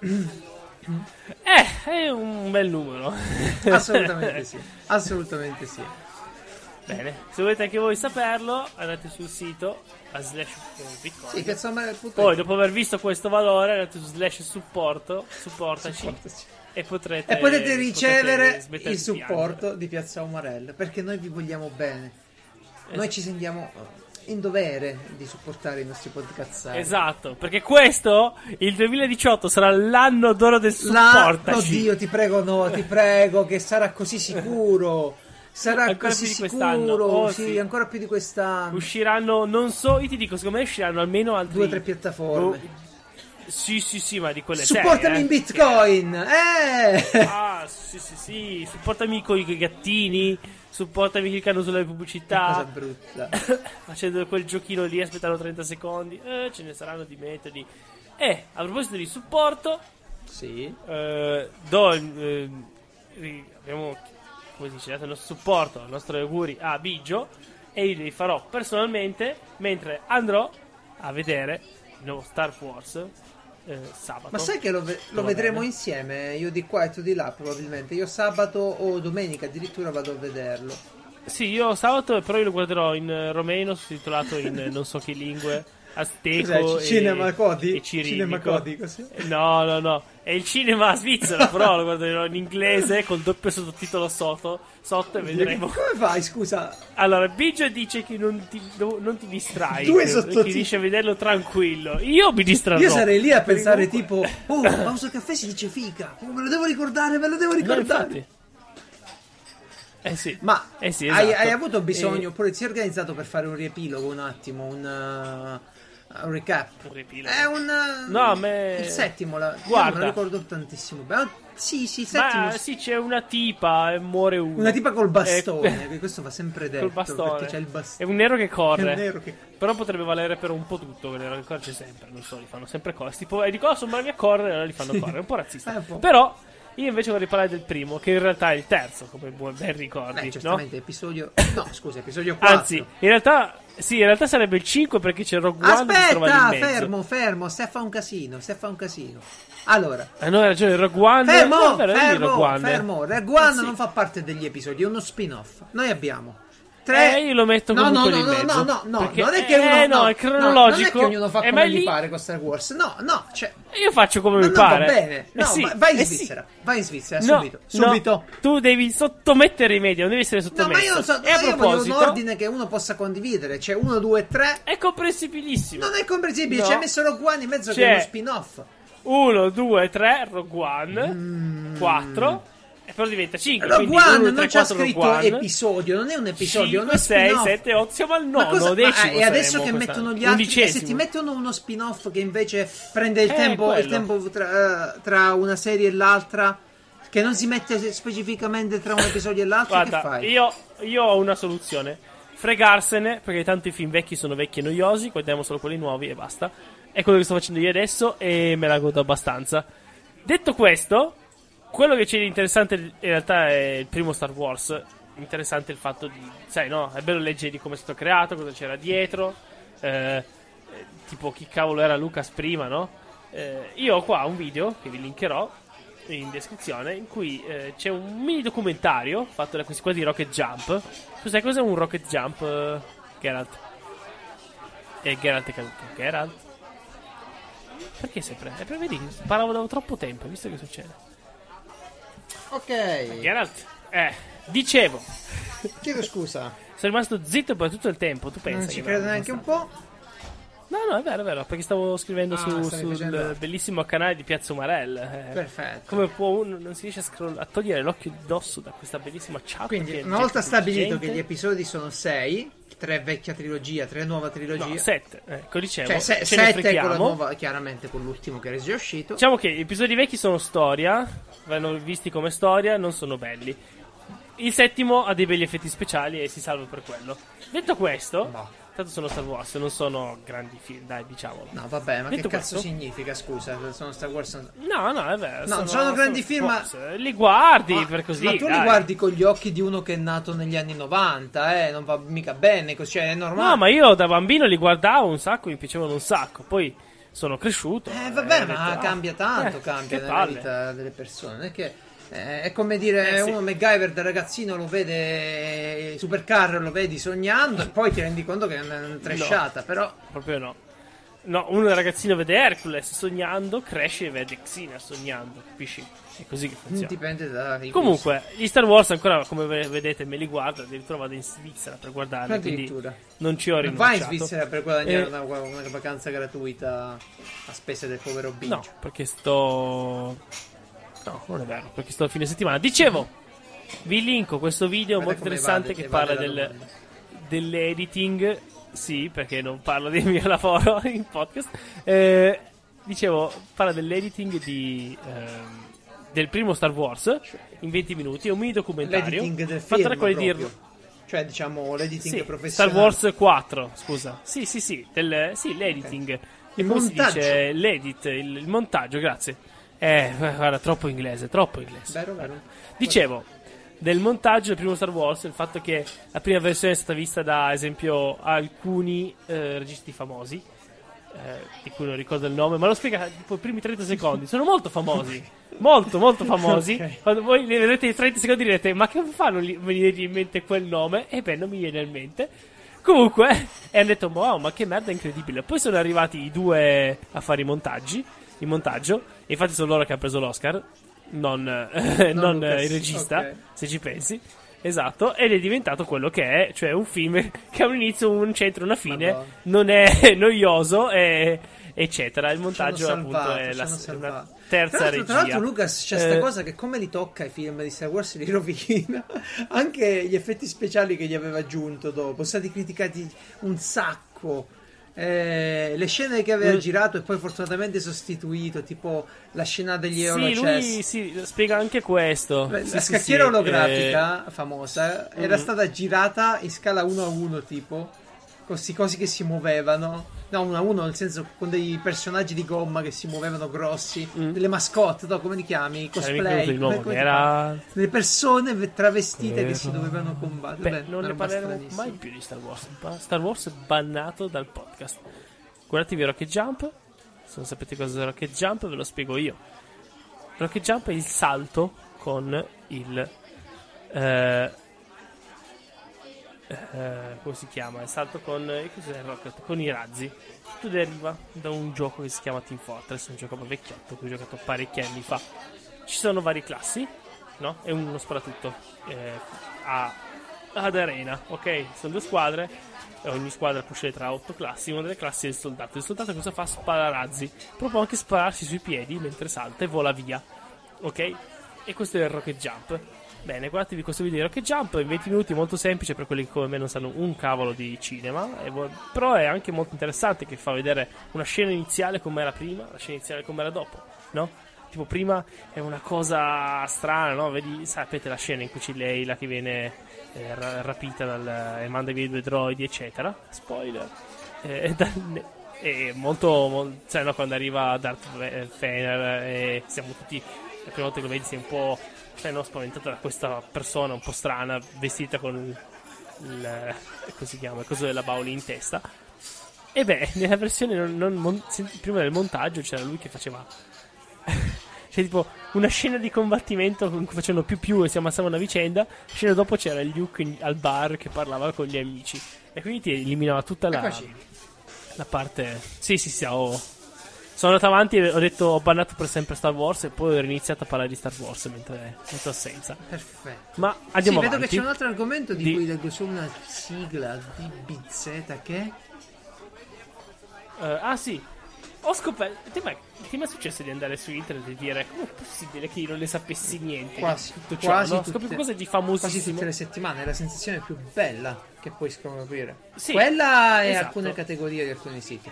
Speaker 2: Eh, è un bel numero.
Speaker 1: Assolutamente sì. Assolutamente sì.
Speaker 2: Bene, se volete anche voi saperlo, andate sul sito a slash bitcoin.
Speaker 1: Sì, piazzaomarel punto it.
Speaker 2: Poi, dopo aver visto questo valore, andate su slash supporto, supportaci,
Speaker 1: Supportaci.
Speaker 2: e potrete
Speaker 1: e potete ricevere
Speaker 2: potete
Speaker 1: il
Speaker 2: di
Speaker 1: supporto
Speaker 2: piangere.
Speaker 1: di Piazza Umarell, perché noi vi vogliamo bene.
Speaker 2: Esatto.
Speaker 1: Noi ci sentiamo in dovere di supportare i nostri podcazzari.
Speaker 2: Esatto, perché questo, il duemiladiciotto, sarà l'anno d'oro del
Speaker 1: La...
Speaker 2: supportaci.
Speaker 1: Oddio, ti prego, no, ti prego, che sarà così sicuro. Sarà
Speaker 2: Ancora
Speaker 1: così
Speaker 2: più di
Speaker 1: sicuro.
Speaker 2: quest'anno. Oh,
Speaker 1: sì,
Speaker 2: sì.
Speaker 1: ancora più di quest'anno.
Speaker 2: Usciranno, non so, io ti dico, secondo me usciranno almeno altri
Speaker 1: Due o tre piattaforme.
Speaker 2: Oh, sì, sì, sì, ma di quelle
Speaker 1: Supportami
Speaker 2: serie,
Speaker 1: in
Speaker 2: eh.
Speaker 1: Bitcoin. Eh!
Speaker 2: Ah, sì, sì, sì. Supportami con i gattini. Supportami cliccando sulle pubblicità.
Speaker 1: Cosa brutta.
Speaker 2: Facendo quel giochino lì, aspettando trenta secondi. Eh, ce ne saranno di metodi. E a proposito di supporto,
Speaker 1: Sì.
Speaker 2: eh, do eh, abbiamo, come si dice, dato il nostro supporto, i nostri auguri a Biggio. E io li farò personalmente mentre andrò a vedere il nuovo Star Wars. Eh, sabato.
Speaker 1: Ma sai che lo, ve- lo vedremo insieme? Io di qua e tu di là probabilmente. Io sabato o domenica addirittura vado a vederlo.
Speaker 2: Sì, io sabato, però io lo guarderò in romeno, sottotitolato in non so che lingue, azteco.
Speaker 1: C- cinema
Speaker 2: e,
Speaker 1: Codi?
Speaker 2: e cirillico.
Speaker 1: Cinema Codi, così?
Speaker 2: No, no, no. È il cinema svizzero, però lo guarderò in inglese col doppio sottotitolo sotto, sotto e vedremo.
Speaker 1: Come fai, scusa?
Speaker 2: Allora, Biggio dice che non ti, non ti distrai.
Speaker 1: Due
Speaker 2: che,
Speaker 1: sottotitoli.
Speaker 2: che dice vederlo tranquillo. Io mi distrarrò.
Speaker 1: Io sarei lì a pensare
Speaker 2: Comunque...
Speaker 1: tipo, oh, pausa caffè si dice figa. Oh, me lo devo ricordare, me lo devo ricordare.
Speaker 2: No, eh sì.
Speaker 1: Ma
Speaker 2: eh sì,
Speaker 1: hai,
Speaker 2: esatto.
Speaker 1: hai avuto bisogno,
Speaker 2: e...
Speaker 1: oppure ti sei organizzato per fare un riepilogo un attimo, un... Uh... un recap.
Speaker 2: Un riepilogo.
Speaker 1: È un
Speaker 2: No, a me...
Speaker 1: il settimo, la...
Speaker 2: Guarda.
Speaker 1: Io non lo ricordo tantissimo bene. Sì, sì, il settimo.
Speaker 2: Ma sì, c'è una tipa e muore uno.
Speaker 1: Una tipa col bastone,
Speaker 2: Eh,
Speaker 1: che questo va sempre detto.
Speaker 2: Col bastone.
Speaker 1: Perché c'è il bastone.
Speaker 2: È un nero che corre.
Speaker 1: È un nero che...
Speaker 2: Però potrebbe valere per un po' tutto. Quel nero che corre c'è sempre. Non so, li fanno sempre correre. Tipo, e dico, oh, sono bravi a correre, allora li fanno
Speaker 1: Sì.
Speaker 2: correre. È un po' razzista.
Speaker 1: Eh, un po'.
Speaker 2: Però io invece vorrei parlare del primo, che in realtà è il terzo, come ben ricordi.
Speaker 1: Beh,
Speaker 2: no?
Speaker 1: certamente, episodio... No, scusa, episodio quattro.
Speaker 2: Anzi, in realtà... Sì, in realtà sarebbe il cinque perché c'è Rogue One che si trova lì in
Speaker 1: Aspetta,
Speaker 2: mezzo.
Speaker 1: fermo, fermo, stai a fare un casino, stai a fare un casino. Allora,
Speaker 2: Ah, no, hai ragione, Rogue One...
Speaker 1: fermo,
Speaker 2: no, è vero, è di
Speaker 1: fermo,
Speaker 2: Rogue One.
Speaker 1: fermo. Rogue One
Speaker 2: Eh, sì.
Speaker 1: non fa parte degli episodi, è uno spin-off. Noi abbiamo tre...
Speaker 2: Eh, io lo metto
Speaker 1: no,
Speaker 2: comunque
Speaker 1: no,
Speaker 2: lì
Speaker 1: no,
Speaker 2: in
Speaker 1: no,
Speaker 2: mezzo.
Speaker 1: no, no,
Speaker 2: Perché-
Speaker 1: non è che
Speaker 2: eh,
Speaker 1: uno...
Speaker 2: no,
Speaker 1: no,
Speaker 2: è cronologico.
Speaker 1: non è che ognuno fa
Speaker 2: Eh,
Speaker 1: come
Speaker 2: ma
Speaker 1: gli
Speaker 2: lì-
Speaker 1: pare con Star Wars. No, no, cioè...
Speaker 2: Io faccio come
Speaker 1: No,
Speaker 2: mi
Speaker 1: no,
Speaker 2: pare.
Speaker 1: va bene. No,
Speaker 2: Eh sì,
Speaker 1: ma vai in
Speaker 2: eh sì.
Speaker 1: Svizzera, vai in Svizzera,
Speaker 2: No,
Speaker 1: subito,
Speaker 2: no,
Speaker 1: subito.
Speaker 2: tu devi sottomettere i media, non devi essere
Speaker 1: No,
Speaker 2: sottomesso.
Speaker 1: ma io non so,
Speaker 2: E a
Speaker 1: io voglio un
Speaker 2: proposito,
Speaker 1: ordine che uno possa condividere. C'è uno, due, tre.
Speaker 2: è comprensibilissimo.
Speaker 1: Non è comprensibile,
Speaker 2: No.
Speaker 1: ci hai messo Rogue One in mezzo che
Speaker 2: C'è-
Speaker 1: è uno spin-off.
Speaker 2: uno, due, tre, Rogue One, mm. quattro, e però diventa cinque.
Speaker 1: Rogue One non c'è scritto episodio, non è un episodio,
Speaker 2: cinque, sei, sette, otto, siamo al nono, cosa, decimo.
Speaker 1: E adesso che mettono gli altri, e se ti mettono uno spin-off che invece prende il eh, tempo, il tempo tra, tra una serie e l'altra, che non si mette specificamente tra un episodio e l'altro,
Speaker 2: guarda,
Speaker 1: che fai?
Speaker 2: Io, io ho una soluzione: fregarsene, perché tanto i film vecchi sono vecchi e noiosi, guardiamo solo quelli nuovi e basta. È quello che sto facendo io adesso e me la godo abbastanza. Detto questo, quello che c'è di interessante in realtà è il primo Star Wars. Interessante il fatto di, sai, no, è bello leggere di come è stato creato, cosa c'era dietro, eh, tipo chi cavolo era Lucas prima, no? Eh, io ho qua un video che vi linkerò in descrizione, in cui eh, c'è un mini documentario fatto da questi qua di Rocket Jump. Tu sai cos'è un Rocket Jump, uh, Geralt? E Geralt è caduto. Geralt? Perché sempre? È per vedere, parlavo da troppo tempo, visto che succede.
Speaker 1: Ok.
Speaker 2: Geralt, eh, dicevo.
Speaker 1: Chiedo scusa.
Speaker 2: Sono rimasto zitto per tutto il tempo, tu pensi?
Speaker 1: Non ci credo neanche un po'.
Speaker 2: No, no, è vero, è vero, perché stavo scrivendo
Speaker 1: ah,
Speaker 2: su, sul
Speaker 1: facendo...
Speaker 2: bellissimo canale di Piazza Umarell. Eh.
Speaker 1: Perfetto.
Speaker 2: Come può uno, non si riesce a, scroll- a togliere l'occhio di dosso da questa bellissima chat.
Speaker 1: Quindi, una volta stabilito che gli episodi sono sei, tre vecchia trilogia, tre nuova trilogia.
Speaker 2: No, sette, ecco, dicevo.
Speaker 1: Cioè, se- sette con la nuova, chiaramente con l'ultimo che è già uscito.
Speaker 2: Diciamo che gli episodi vecchi sono storia, vanno visti come storia, non sono belli. Il settimo ha dei belli effetti speciali e si salva per quello. Detto questo... No. Tanto sono Star Wars, non sono grandi film, dai, diciamolo.
Speaker 1: No, vabbè, ma
Speaker 2: detto
Speaker 1: che cazzo
Speaker 2: questo?
Speaker 1: significa, scusa? Sono Star Wars.
Speaker 2: No, no, è vero.
Speaker 1: No,
Speaker 2: sono,
Speaker 1: sono grandi
Speaker 2: sono
Speaker 1: film, ma
Speaker 2: li guardi
Speaker 1: ma,
Speaker 2: per così.
Speaker 1: Ma tu
Speaker 2: dai.
Speaker 1: li guardi con gli occhi di uno che è nato negli anni novanta, eh? Non va mica bene, così, cioè, è normale.
Speaker 2: No, ma io da bambino li guardavo un sacco, mi piacevano un sacco. Poi sono cresciuto.
Speaker 1: Eh, vabbè,
Speaker 2: eh,
Speaker 1: ma
Speaker 2: detto,
Speaker 1: cambia tanto,
Speaker 2: eh,
Speaker 1: cambia nella
Speaker 2: palle.
Speaker 1: vita delle persone. Non è che. Eh, è come dire,
Speaker 2: eh, sì.
Speaker 1: uno MacGyver da ragazzino lo vede Supercar, lo vedi sognando e poi ti rendi conto che è una trashata,
Speaker 2: no,
Speaker 1: però
Speaker 2: proprio no. No, uno da ragazzino vede Hercules sognando, cresce e vede Xena sognando, capisci? È così che funziona.
Speaker 1: Dipende da
Speaker 2: comunque, gli Star Wars ancora, come vedete, me li guardo, addirittura vado in Svizzera per guardarli, quindi non ci ho rinunciato.
Speaker 1: Vai in Svizzera per guadagnare
Speaker 2: eh,
Speaker 1: una, una vacanza gratuita a spese del povero Biggio.
Speaker 2: No, perché sto... No, non è vero, perché sto a fine settimana. Dicevo, vi linko questo video
Speaker 1: Guarda
Speaker 2: molto interessante
Speaker 1: vade,
Speaker 2: che
Speaker 1: vade
Speaker 2: parla del, dell'editing. Sì, perché non parlo del mio lavoro in podcast. Eh, dicevo, parla dell'editing di, ehm, del primo Star Wars in venti minuti. È un mini documentario.
Speaker 1: L'editing del
Speaker 2: fatto
Speaker 1: film
Speaker 2: da quelli di...
Speaker 1: Cioè, diciamo, l'editing
Speaker 2: sì,
Speaker 1: professionale.
Speaker 2: Star Wars quattro, scusa. Sì, sì, sì, del, sì l'editing. Okay.
Speaker 1: Il
Speaker 2: come
Speaker 1: montaggio.
Speaker 2: Si dice? L'edit, il, il montaggio, grazie. Eh, guarda, troppo inglese, troppo inglese.
Speaker 1: Vero, vero.
Speaker 2: Dicevo, del montaggio del primo Star Wars, il fatto che la prima versione è stata vista da, esempio, alcuni eh, registi famosi, eh, di cui non ricordo il nome, ma lo spiega tipo i primi trenta secondi. Sono molto famosi, molto, molto famosi. Okay. Quando voi li vedete i trenta secondi direte, ma che fanno venire in mente quel nome? E beh, non mi viene in mente. Comunque, e hanno detto, wow, ma che merda incredibile. Poi sono arrivati i due a fare i montaggi. Il montaggio, e infatti sono loro che hanno preso l'Oscar, non, eh, non, non il regista, okay. Se ci pensi, esatto, ed è diventato quello che è, cioè un film che ha un inizio, un centro, una fine, Madonna. Non è noioso, e, eccetera. Il montaggio appunto è la una terza
Speaker 1: tra
Speaker 2: regia.
Speaker 1: Tra l'altro, Lucas, c'è sta
Speaker 2: eh, cosa
Speaker 1: che come li tocca i film di Star Wars li rovina. Anche gli effetti speciali che gli aveva aggiunto dopo sono stati criticati un sacco. Eh, le scene che aveva mm. girato e poi fortunatamente sostituito, tipo la scena degli
Speaker 2: sì,
Speaker 1: Holo
Speaker 2: lui sì, spiega anche questo.
Speaker 1: La
Speaker 2: sì,
Speaker 1: scacchiera
Speaker 2: sì,
Speaker 1: olografica
Speaker 2: eh...
Speaker 1: famosa era mm. stata girata in scala uno a uno, tipo questi cosi che si muovevano, no, uno a uno nel senso con dei personaggi di gomma che si muovevano grossi, mm. delle mascotte, no, come li chiami? Cosplay,
Speaker 2: come,
Speaker 1: come, come
Speaker 2: era...
Speaker 1: delle persone travestite era... che si dovevano combattere.
Speaker 2: Beh, Beh, non ne parleremo mai più di Star Wars. Star Wars è bannato dal podcast. Guardatevi Rocket Jump. Se non sapete cosa è Rocket Jump, ve lo spiego io. Rocket Jump è il salto con il eh, Uh, come si chiama? Il salto con cos'è il rocket? Con i razzi. Tutto deriva da un gioco che si chiama Team Fortress, un gioco vecchiotto che ho giocato parecchi anni fa. Ci sono varie classi, no? È uno sparatutto. Eh, ha ad arena, ok? Sono due squadre, ogni squadra può scegliere tra otto classi, una delle classi è il soldato. Il soldato cosa fa? Spara razzi, però può anche spararsi sui piedi mentre salta e vola via, ok? E questo è il rocket jump. Bene, guardatevi questo video di rocket jump in venti minuti, molto semplice per quelli che come me non sanno un cavolo di cinema, e vo- però è anche molto interessante, che fa vedere una scena iniziale come era prima, la scena iniziale come era dopo, no? Tipo prima è una cosa strana, no? Vedi, sapete la scena in cui c'è lei, la che viene eh, ra- rapita dal, e manda via i due droidi, eccetera. Spoiler. Eh, da, è molto, molto, cioè, no, quando arriva Darth Vader e siamo tutti, la prima volta che lo vedi sei un po', cioè, no, spaventato da questa persona un po' strana vestita con il, il come si chiama, il coso della Bauli in testa. E beh, nella versione non, non, mon- prima del montaggio c'era lui che faceva c'è tipo una scena di combattimento in cui facevano più più e si ammazzavano a vicenda. Scena dopo c'era Luke in, al bar che parlava con gli amici, e quindi ti eliminava tutta la, la parte. Sì sì sì, ho, sono andato avanti e ho detto ho bannato per sempre Star Wars, e poi ho iniziato a parlare di Star Wars mentre mentre assenza.
Speaker 1: Perfetto.
Speaker 2: Ma andiamo
Speaker 1: sì, vedo
Speaker 2: avanti.
Speaker 1: che c'è un altro argomento di,
Speaker 2: di...
Speaker 1: cui leggo solo una sigla di B Z che
Speaker 2: uh, ah sì, ho scoperto. Ti, mai, ti è mai successo di andare su internet e dire come è possibile che io non ne sapessi niente?
Speaker 1: Quasi,
Speaker 2: tutto ciò,
Speaker 1: quasi
Speaker 2: no?
Speaker 1: tutte,
Speaker 2: Scoprito cose di famosissimo.
Speaker 1: Quasi tutte le settimane. È la sensazione più bella che puoi scoprire.
Speaker 2: Sì,
Speaker 1: quella e
Speaker 2: esatto.
Speaker 1: Alcune categorie di alcuni siti.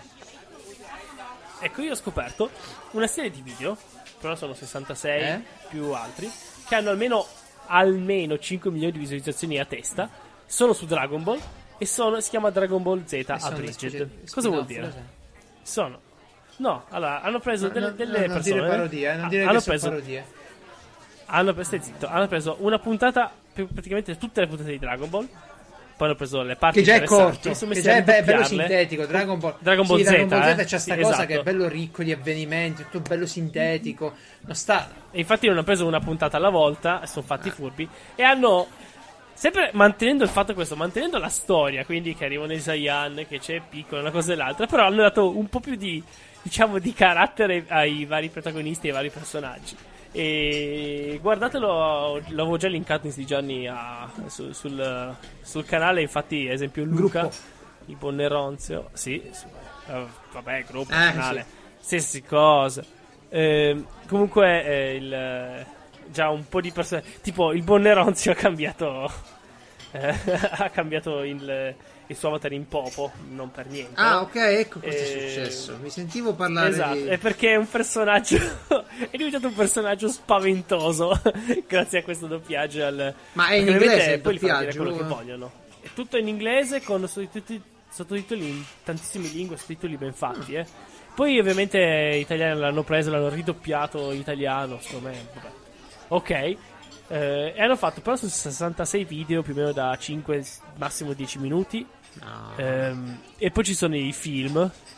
Speaker 2: Ecco, io ho scoperto una serie di video, però sono sessantasei
Speaker 1: eh?
Speaker 2: più altri, che hanno almeno almeno cinque milioni di visualizzazioni a testa. Sono su Dragon Ball e sono, si chiama Dragon Ball Z Abridged. Cosa vuol dire? Cos'è? Sono No, allora hanno preso
Speaker 1: no,
Speaker 2: delle,
Speaker 1: no,
Speaker 2: delle
Speaker 1: no, non
Speaker 2: persone.
Speaker 1: dire parodie, eh, non dire
Speaker 2: hanno
Speaker 1: che
Speaker 2: preso,
Speaker 1: sono parodie.
Speaker 2: Hanno preso, stai zitto, hanno preso una puntata, praticamente tutte le puntate di Dragon Ball. Poi hanno preso le parti
Speaker 1: che già è corto,
Speaker 2: che
Speaker 1: già è be- bello sintetico. Dragon Ball,
Speaker 2: Dragon Ball
Speaker 1: sì,
Speaker 2: Z,
Speaker 1: Dragon Ball Z
Speaker 2: eh?
Speaker 1: c'è sta
Speaker 2: sì,
Speaker 1: cosa
Speaker 2: esatto.
Speaker 1: che è bello ricco di avvenimenti, tutto bello sintetico. Non sta.
Speaker 2: E infatti non hanno preso una puntata alla volta, sono fatti furbi e hanno, sempre mantenendo il fatto questo, mantenendo la storia, quindi che arrivano i Saiyan, che c'è Piccolo, una cosa e l'altra, però hanno dato un po' più di, diciamo, di carattere ai vari protagonisti e ai vari personaggi. E guardatelo, l'avevo già linkato in questi giorni a, su, sul, sul canale, infatti, esempio Luca,
Speaker 1: gruppo.
Speaker 2: il Bonneronzio, sì, su, uh, vabbè, gruppo,
Speaker 1: eh,
Speaker 2: canale, sì. stessi cosa. Eh, comunque eh, il, già un po' di persone, tipo il Bonneronzio ha cambiato eh, ha cambiato il, il suo avatar in Popo, non per niente.
Speaker 1: Ah, ok, ecco cosa
Speaker 2: eh,
Speaker 1: è successo. Mi sentivo parlare
Speaker 2: esatto,
Speaker 1: di...
Speaker 2: è perché è un personaggio è diventato un personaggio spaventoso grazie a questo doppiaggio al...
Speaker 1: Ma è in inglese il
Speaker 2: poi
Speaker 1: doppiaggio?
Speaker 2: Li fanno dire quello che vogliono. È tutto in inglese con sottotitoli, sottotitoli in tantissime lingue, sottotitoli ben fatti, mm. eh. Poi ovviamente gli italiani l'hanno preso, l'hanno ridoppiato in italiano, secondo me, vabbè. Ok, eh, e hanno fatto però su sessantasei video più o meno da cinque, massimo dieci minuti.
Speaker 1: No.
Speaker 2: Ehm, e poi ci sono i film,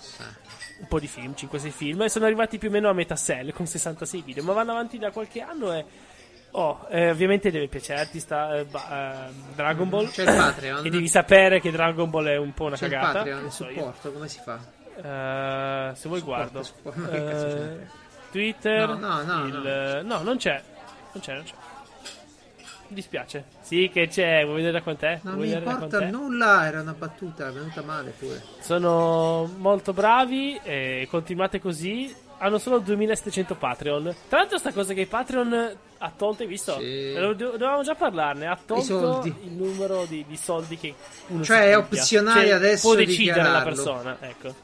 Speaker 2: un po' di film, cinque sei film, e sono arrivati più o meno a metà sell con sessantasei video, ma vanno avanti da qualche anno e... Oh, eh, ovviamente deve piacerti sta, eh, ba, eh, Dragon Ball.
Speaker 1: C'è il Patreon.
Speaker 2: E devi sapere che Dragon Ball è un po' una
Speaker 1: C'è
Speaker 2: cagata.
Speaker 1: il Patreon, il
Speaker 2: so
Speaker 1: supporto, come si fa?
Speaker 2: Uh, se vuoi
Speaker 1: supporto,
Speaker 2: guardo
Speaker 1: supporto. Ma che cazzo c'è?
Speaker 2: uh, Twitter
Speaker 1: no, no, no,
Speaker 2: il, no. no non c'è non c'è non c'è mi dispiace. Sì che c'è, vuoi vedere con te?
Speaker 1: Non
Speaker 2: vuoi
Speaker 1: mi importa nulla, era una battuta, è venuta male pure.
Speaker 2: Sono molto bravi e continuate così. Hanno solo duemilasettecento Patreon. Tra l'altro sta cosa che i Patreon ha tolto, hai visto?
Speaker 1: Sì.
Speaker 2: Dovevamo già parlarne. Ha tolto il numero di, di soldi che uno
Speaker 1: cioè
Speaker 2: si
Speaker 1: è
Speaker 2: piglia.
Speaker 1: opzionale, cioè, adesso
Speaker 2: può decidere la
Speaker 1: dichiararlo.
Speaker 2: persona, ecco.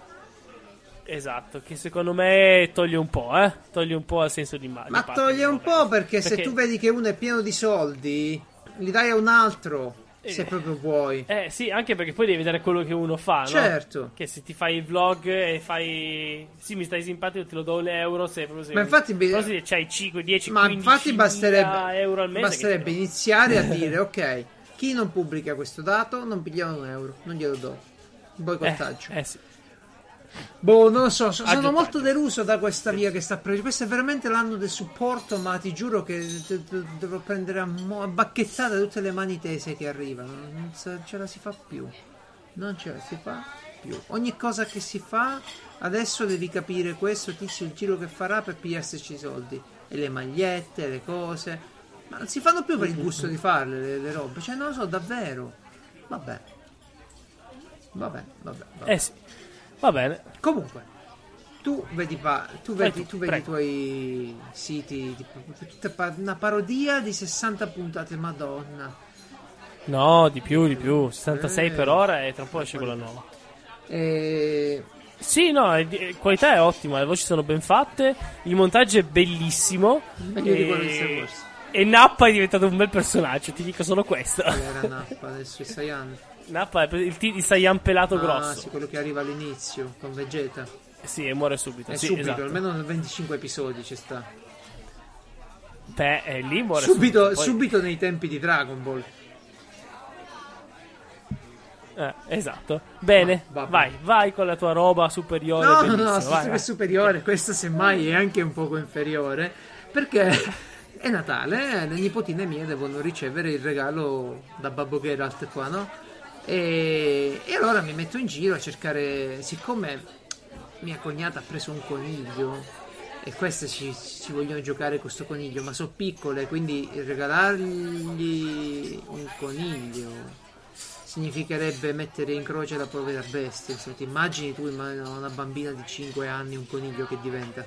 Speaker 2: Esatto, che secondo me toglie un po', eh? Toglie un po' al senso di immagine.
Speaker 1: Ma toglie un po' perché, perché se tu vedi che uno è pieno di soldi, li dai a un altro. Se proprio vuoi.
Speaker 2: Eh sì, anche perché poi devi vedere quello che uno fa, no?
Speaker 1: Certo.
Speaker 2: Che se ti fai il vlog e fai... Sì, mi stai simpatico, te lo do un euro. Se proprio sei...
Speaker 1: Ma infatti...
Speaker 2: Però se c'hai cinque, dieci,
Speaker 1: ma infatti basterebbe,
Speaker 2: euro al mese,
Speaker 1: basterebbe iniziare a dire, ok, chi non pubblica questo dato non pigliamo un euro, non glielo do. Boicottaggio.
Speaker 2: Eh, eh sì.
Speaker 1: Boh, non lo so, sono Aggiuntaggio. molto deluso da questa via che sta prendendo. Questo è veramente l'anno del supporto, ma ti giuro che dovrò prendere a, mo- a bacchettate tutte le mani tese che arrivano. Non ce la si fa più. Non ce la si fa più. Ogni cosa che si fa, adesso devi capire questo tizio il giro che farà per pigliarsi i soldi. E le magliette, le cose. Ma non si fanno più per il gusto di farle le, le robe, cioè non lo so davvero. Vabbè. Vabbè, vabbè, vabbè.
Speaker 2: Eh sì. Va bene.
Speaker 1: Comunque, tu vedi, pa- tu vedi,
Speaker 2: tu,
Speaker 1: tu vedi i
Speaker 2: prego.
Speaker 1: tuoi siti, tipo, tutta pa- una parodia di sessanta puntate, madonna.
Speaker 2: No, di più, di più. sessantasei
Speaker 1: Eh.
Speaker 2: per ora e tra un po' esce quella nuova.
Speaker 1: E...
Speaker 2: Sì, no, è di- qualità è ottima, le voci sono ben fatte, il montaggio è bellissimo.
Speaker 1: Meglio di quello di Star
Speaker 2: E...
Speaker 1: Wars.
Speaker 2: e Nappa è diventato un bel personaggio, ti dico solo questo.
Speaker 1: Qual era Nappa adesso, i Saiyan?
Speaker 2: Nappa è il, t- il Saiyan pelato
Speaker 1: Ah,
Speaker 2: grosso.
Speaker 1: sì, quello che arriva all'inizio con Vegeta.
Speaker 2: Sì, e muore subito.
Speaker 1: È
Speaker 2: sì,
Speaker 1: subito,
Speaker 2: esatto.
Speaker 1: almeno nel venticinque episodi ci sta.
Speaker 2: Beh, eh, lì muore
Speaker 1: Subito,
Speaker 2: subito. poi-
Speaker 1: subito nei tempi di Dragon Ball.
Speaker 2: Eh, esatto. Bene,
Speaker 1: Va- va
Speaker 2: vai,
Speaker 1: bene.
Speaker 2: vai con la tua roba superiore.
Speaker 1: No, no,
Speaker 2: bellissima,
Speaker 1: no,
Speaker 2: vai,
Speaker 1: questo
Speaker 2: vai.
Speaker 1: è superiore, questo semmai è anche un poco inferiore, perché è Natale, eh, le nipotine mie devono ricevere il regalo da Babbo Geralt qua, no? E, e allora mi metto in giro a cercare, siccome mia cognata ha preso un coniglio e queste ci, ci vogliono giocare con questo coniglio, ma sono piccole, quindi regalargli un coniglio significherebbe mettere in croce la povera bestia. Insomma, ti immagini tu immagina una bambina di cinque anni un coniglio che diventa?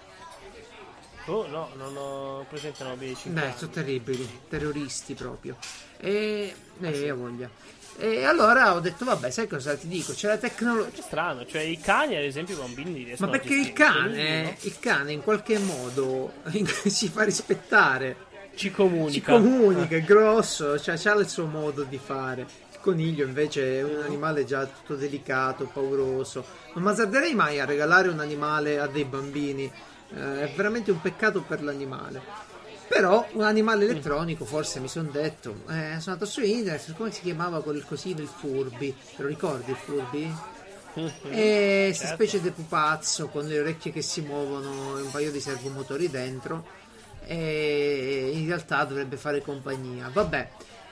Speaker 2: Oh, no, non ho presente una bambina di cinque
Speaker 1: Beh,
Speaker 2: anni.
Speaker 1: sono terribili, terroristi proprio. E eh, ho voglia. E allora ho detto, vabbè, sai cosa ti dico? C'è la tecnologia.
Speaker 2: È strano, cioè i cani, ad esempio, i bambini li
Speaker 1: Ma
Speaker 2: riescono
Speaker 1: perché
Speaker 2: a
Speaker 1: il
Speaker 2: gestire.
Speaker 1: cane,
Speaker 2: Quindi, no?
Speaker 1: il cane in qualche modo si fa rispettare,
Speaker 2: Ci comunica.
Speaker 1: ci comunica, è grosso, cioè c'ha il suo modo di fare. Il coniglio invece è un animale già tutto delicato, pauroso. Non mi azzarderei mai a regalare un animale a dei bambini, eh, è veramente un peccato per l'animale. Però un animale elettronico, forse mi sono detto, eh, sono andato su internet, come si chiamava quel cosino, il Furby, te lo ricordi il Furby? E questa
Speaker 2: Certo.
Speaker 1: specie di pupazzo con le orecchie che si muovono e un paio di servomotori dentro, e in realtà dovrebbe fare compagnia. Vabbè,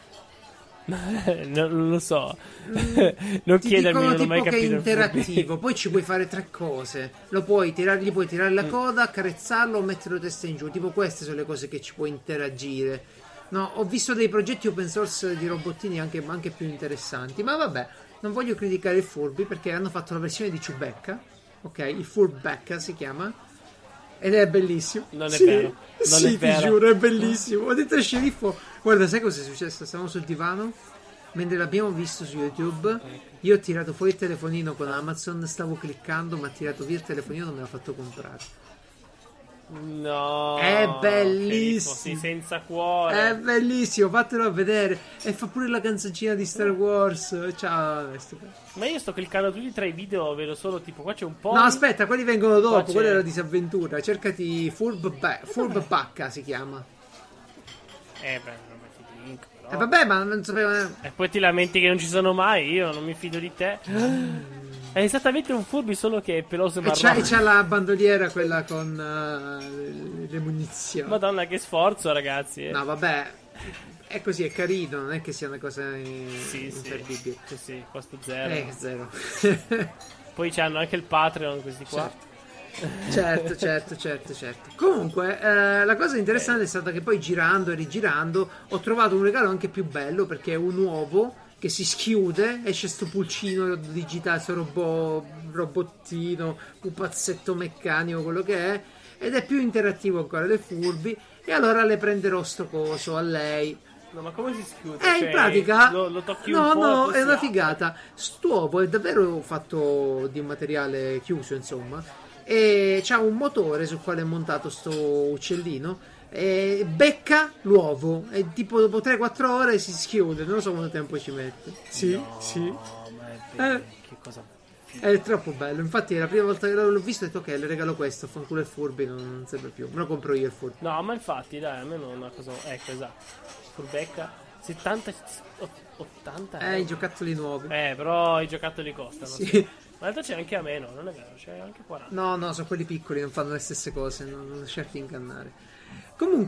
Speaker 2: non, non lo so. non
Speaker 1: ti
Speaker 2: chiedermi,
Speaker 1: dicono
Speaker 2: non ho mai
Speaker 1: tipo che è
Speaker 2: capito. il
Speaker 1: interattivo, poi ci puoi fare tre cose. Lo puoi tirare, gli puoi tirare
Speaker 2: Mm.
Speaker 1: la coda, accarezzarlo o metterlo testa in giù. Tipo queste sono le cose che ci puoi interagire. No, ho visto dei progetti open source di robottini anche, anche più interessanti. Ma vabbè, non voglio criticare il Furby perché hanno fatto la versione di Chewbacca. Ok, il Furbacca si chiama. Ed è bellissimo.
Speaker 2: Non è
Speaker 1: Sì,
Speaker 2: vero, non
Speaker 1: sì,
Speaker 2: è
Speaker 1: ti
Speaker 2: vero.
Speaker 1: giuro, è bellissimo. Ho detto al sceriffo, guarda, sai cosa è successo? Stavamo sul divano, mentre l'abbiamo visto su YouTube. Io ho tirato fuori il telefonino con Amazon, stavo cliccando, ma ha tirato via il telefonino, non me l'ha fatto comprare.
Speaker 2: No,
Speaker 1: È
Speaker 2: che
Speaker 1: bellissimo.
Speaker 2: sei senza cuore.
Speaker 1: È bellissimo, fatelo a vedere. E fa pure la canzoncina di Star Wars. Ciao, è stupendo.
Speaker 2: Ma io sto cliccando tutti e tre i video, vedo solo tipo qua c'è un po'.
Speaker 1: No, aspetta, quelli vengono
Speaker 2: Qua
Speaker 1: dopo.
Speaker 2: c'è-
Speaker 1: Quella è la disavventura. Cercati Furbacca, Furbacca si chiama.
Speaker 2: Eh beh, non metti il link, però.
Speaker 1: E vabbè, ma non sapevo neanche.
Speaker 2: E poi ti lamenti che non ci sono mai, io non mi fido di te. È esattamente un Furby, solo che è peloso e
Speaker 1: E c'ha,
Speaker 2: marrone.
Speaker 1: e c'ha la bandoliera, quella con eh, le munizioni.
Speaker 2: Madonna, che sforzo, ragazzi. eh.
Speaker 1: No, vabbè, è così, è carino, non è che sia una cosa eh,
Speaker 2: Sì, sì.
Speaker 1: imperdibile.
Speaker 2: Sì, sì, costo zero.
Speaker 1: Eh, zero.
Speaker 2: Poi c'hanno anche il Patreon, questi qua.
Speaker 1: Certo, certo, certo, certo. Comunque, eh, la cosa interessante è stata che poi girando e rigirando ho trovato un regalo anche più bello, perché è un uovo che si schiude, esce sto pulcino digitale, sto robot, robottino, pupazzetto meccanico, quello che è, ed è più interattivo ancora del Furby, e allora le prenderò sto coso a lei.
Speaker 2: No, ma come si schiude?
Speaker 1: Eh,
Speaker 2: Cioè,
Speaker 1: in pratica,
Speaker 2: Lo, lo tocchi
Speaker 1: no,
Speaker 2: un po'.
Speaker 1: no,
Speaker 2: poi
Speaker 1: è
Speaker 2: si
Speaker 1: una
Speaker 2: apre.
Speaker 1: figata. St'uovo è davvero fatto di un materiale chiuso, insomma, e c'ha un motore sul quale è montato sto uccellino. E becca l'uovo e tipo dopo tre quattro ore si schiude. Non so quanto tempo ci mette. Sì,
Speaker 2: No,
Speaker 1: sì.
Speaker 2: ma è bello.
Speaker 1: Eh.
Speaker 2: Che cosa.
Speaker 1: È troppo bello. Infatti, la prima volta che l'ho visto ho detto, ok, le regalo questo. Fanculo il Furby, non, non serve più. Me lo compro io il Furby.
Speaker 2: No, ma infatti, dai, almeno una cosa. Ecco, esatto. Furbecca. settanta. ottanta
Speaker 1: Eh,
Speaker 2: euro.
Speaker 1: i giocattoli nuovi.
Speaker 2: Eh, però i giocattoli costano.
Speaker 1: Sì.
Speaker 2: sì. Ma in realtà c'è anche a meno, non è vero? C'è anche quaranta.
Speaker 1: No, no, sono quelli piccoli, non fanno le stesse cose, non, non cerchi di ingannare. Comunque,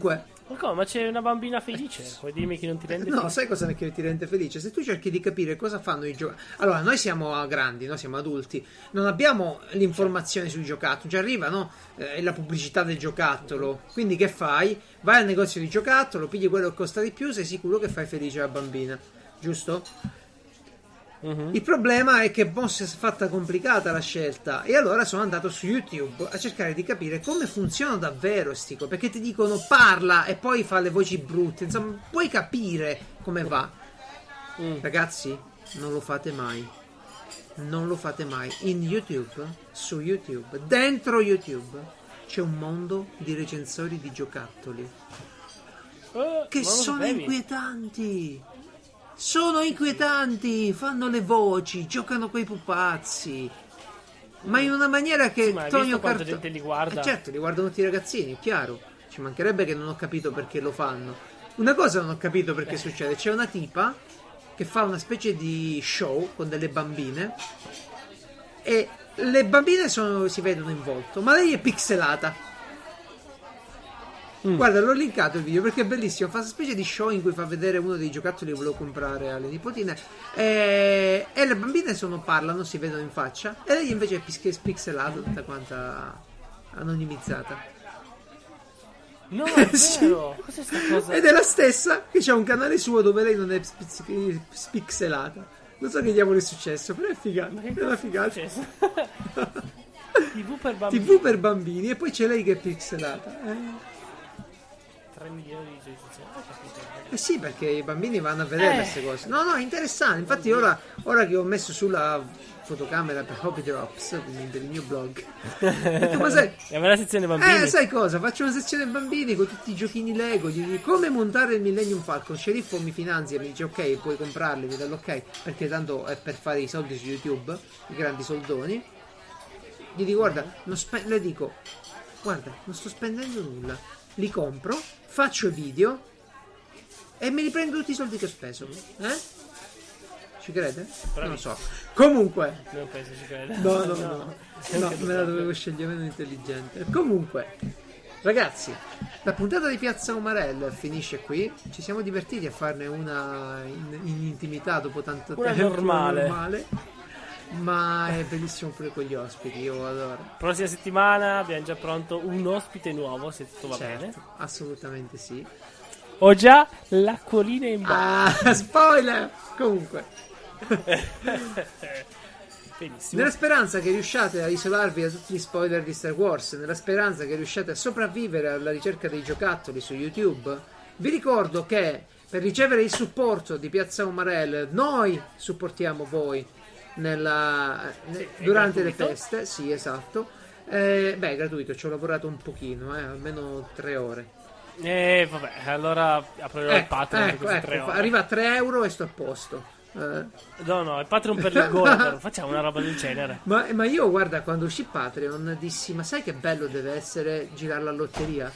Speaker 2: Ma come? Ma c'è una bambina felice? Vuoi dirmi che non ti rende felice?
Speaker 1: No, sai cosa che ti rende felice? Se tu cerchi di capire cosa fanno i giocattoli. Allora, noi siamo grandi, noi siamo adulti, non abbiamo l'informazione sui giocattoli. Ci arriva, no? Eh, la pubblicità del giocattolo. Quindi che fai? Vai al negozio di giocattolo, pigli quello che costa di più, sei sicuro che fai felice la bambina. Giusto? Uh-huh. Il problema è che boh, si è fatta complicata la scelta e allora sono andato su YouTube a cercare di capire come funziona davvero sti co- perché ti dicono parla e poi fa le voci brutte, insomma puoi capire come va. mm. Ragazzi, non lo fate mai, non lo fate mai. In YouTube, su YouTube, dentro YouTube c'è un mondo di recensori di giocattoli
Speaker 2: uh,
Speaker 1: che sono inquietanti. Sono inquietanti, fanno le voci, giocano coi pupazzi, ma in una maniera che
Speaker 2: sì,
Speaker 1: Tonio
Speaker 2: Cartone gente li guarda.
Speaker 1: Eh certo, li guardano tutti i ragazzini, chiaro. Ci mancherebbe che non ho capito perché lo fanno. Una cosa non ho capito perché eh. succede. C'è una tipa che fa una specie di show con delle bambine e le bambine sono, si vedono in volto, ma lei è pixelata. Mm. Guarda, l'ho linkato il video perché è bellissimo. Fa una specie di show in cui fa vedere uno dei giocattoli che volevo comprare alle nipotine e, e le bambine sono, parlano, si vedono in faccia e lei invece è pix- pixelata, tutta quanta anonimizzata.
Speaker 2: No, è vero. Cos'è sta cosa?
Speaker 1: Ed è la stessa che c'ha un canale suo dove lei non è sp- spixelata. Non so che diavolo è successo, però è figata. È una figata.
Speaker 2: T V per bambini.
Speaker 1: T V per bambini e poi c'è lei che è pixelata. Eh.
Speaker 2: tre milioni di iscrizioni.
Speaker 1: Eh sì, perché i bambini vanno a vedere
Speaker 2: eh.
Speaker 1: queste cose. No, no, è interessante. Infatti ora, ora che ho messo sulla fotocamera per Hobby Drops, quindi per il mio blog, detto, ma sai,
Speaker 2: è una sezione bambini.
Speaker 1: Eh, sai cosa? Faccio una sezione bambini con tutti i giochini Lego. Gli dico come montare il Millennium Falcon. Sceriffo mi finanzia, mi dice ok, puoi comprarli, mi dà l'ok, perché tanto è per fare i soldi su YouTube, i grandi soldoni. Gli dico guarda, non spe- le dico guarda, non sto spendendo nulla, li compro, faccio video e me li prendo tutti i soldi che ho speso. Eh? Ci crede? Non lo so. Comunque
Speaker 2: non penso ci creda.
Speaker 1: No, no, no, no, no me la dovevo scegliere meno intelligente. Comunque, ragazzi, la puntata di Piazza Umarell finisce qui. Ci siamo divertiti a farne una in, in intimità dopo tanto
Speaker 2: una
Speaker 1: tempo.
Speaker 2: normale.
Speaker 1: normale. Ma è bellissimo pure con gli ospiti, io adoro.
Speaker 2: Prossima settimana abbiamo già pronto un ospite nuovo, se tutto va
Speaker 1: certo,
Speaker 2: bene.
Speaker 1: Assolutamente sì.
Speaker 2: Ho già l'acquolina in bocca.
Speaker 1: Ah, spoiler! Comunque.
Speaker 2: Benissimo.
Speaker 1: Nella speranza che riusciate a isolarvi da tutti gli spoiler di Star Wars, nella speranza che riusciate a sopravvivere alla ricerca dei giocattoli su YouTube, vi ricordo che per ricevere il supporto di Piazza Umarell noi supportiamo voi nella, ne, durante le feste. Sì, esatto. Eh, beh, è gratuito, ci ho lavorato un pochino, eh, almeno tre ore.
Speaker 2: Eh, vabbè, allora aprirò
Speaker 1: ecco,
Speaker 2: il Patreon.
Speaker 1: Ecco, ecco, tre ore. Arriva a tre euro e sto a posto. Eh.
Speaker 2: No, no, il Patreon per il gol. Facciamo una roba del genere.
Speaker 1: Ma, ma io, guarda, quando uscì Patreon dissi: ma sai che bello deve essere girare la lotteria?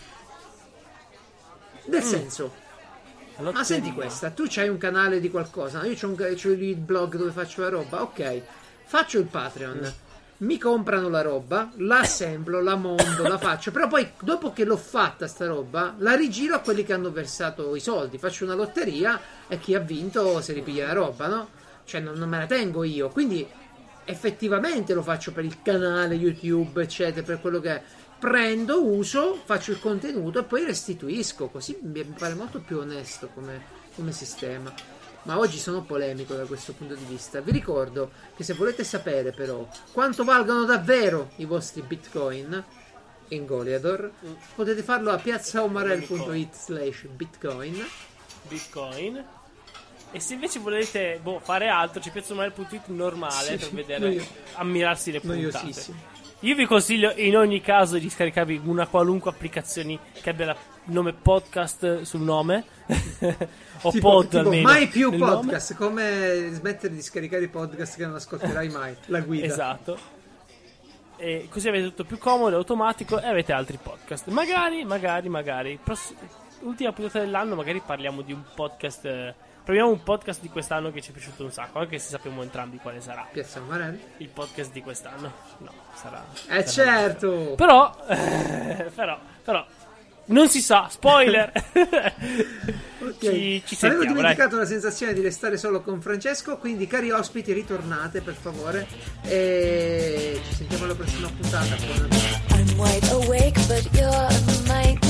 Speaker 1: Nel mm. senso, ma senti questa, tu c'hai un canale di qualcosa, io c'ho, un, c'ho il blog dove faccio la roba, ok, faccio il Patreon. Mm. Mi comprano la roba, la assemblo, la monto, la faccio, però poi dopo che l'ho fatta sta roba la rigiro a quelli che hanno versato i soldi, faccio una lotteria e chi ha vinto si ripiglia la roba, no? Cioè non, non me la tengo io, quindi effettivamente lo faccio per il canale YouTube eccetera, per quello che è. Prendo, uso, faccio il contenuto e poi restituisco, così mi pare molto più onesto come, come sistema. Ma oggi sono polemico da questo punto di vista. Vi ricordo che se volete sapere però quanto valgono davvero i vostri bitcoin in Goliador, mm. potete farlo a piazzaumarell punto it slash bitcoin
Speaker 2: bitcoin. E se invece volete boh, fare altro, c'è piazzaumarell punto it normale, sì, per vedere, noio. ammirarsi le puntate. Io vi consiglio in ogni caso di scaricarvi una qualunque applicazione che abbia il nome podcast sul nome o
Speaker 1: tipo,
Speaker 2: pod
Speaker 1: tipo
Speaker 2: almeno
Speaker 1: mai più podcast
Speaker 2: nome.
Speaker 1: Come smettere di scaricare i podcast che non ascolterai mai, la guida.
Speaker 2: Esatto. E così avete tutto più comodo, automatico e avete altri podcast. Magari, magari, magari pross- ultima puntata dell'anno magari parliamo di un podcast eh, proviamo un podcast di quest'anno che ci è piaciuto un sacco, anche se sappiamo entrambi quale sarà.
Speaker 1: Piazza Umarell?
Speaker 2: Il podcast di quest'anno. No, sarà...
Speaker 1: Eh
Speaker 2: sarà
Speaker 1: certo!
Speaker 2: Però, eh, però, però, Non si sa, spoiler.
Speaker 1: Okay.
Speaker 2: ci, ci
Speaker 1: Avevo
Speaker 2: sentiamo,
Speaker 1: dimenticato
Speaker 2: dai.
Speaker 1: la sensazione di restare solo con Francesco, quindi cari ospiti ritornate per favore e ci sentiamo alla prossima puntata.
Speaker 3: I'm wide awake but you're my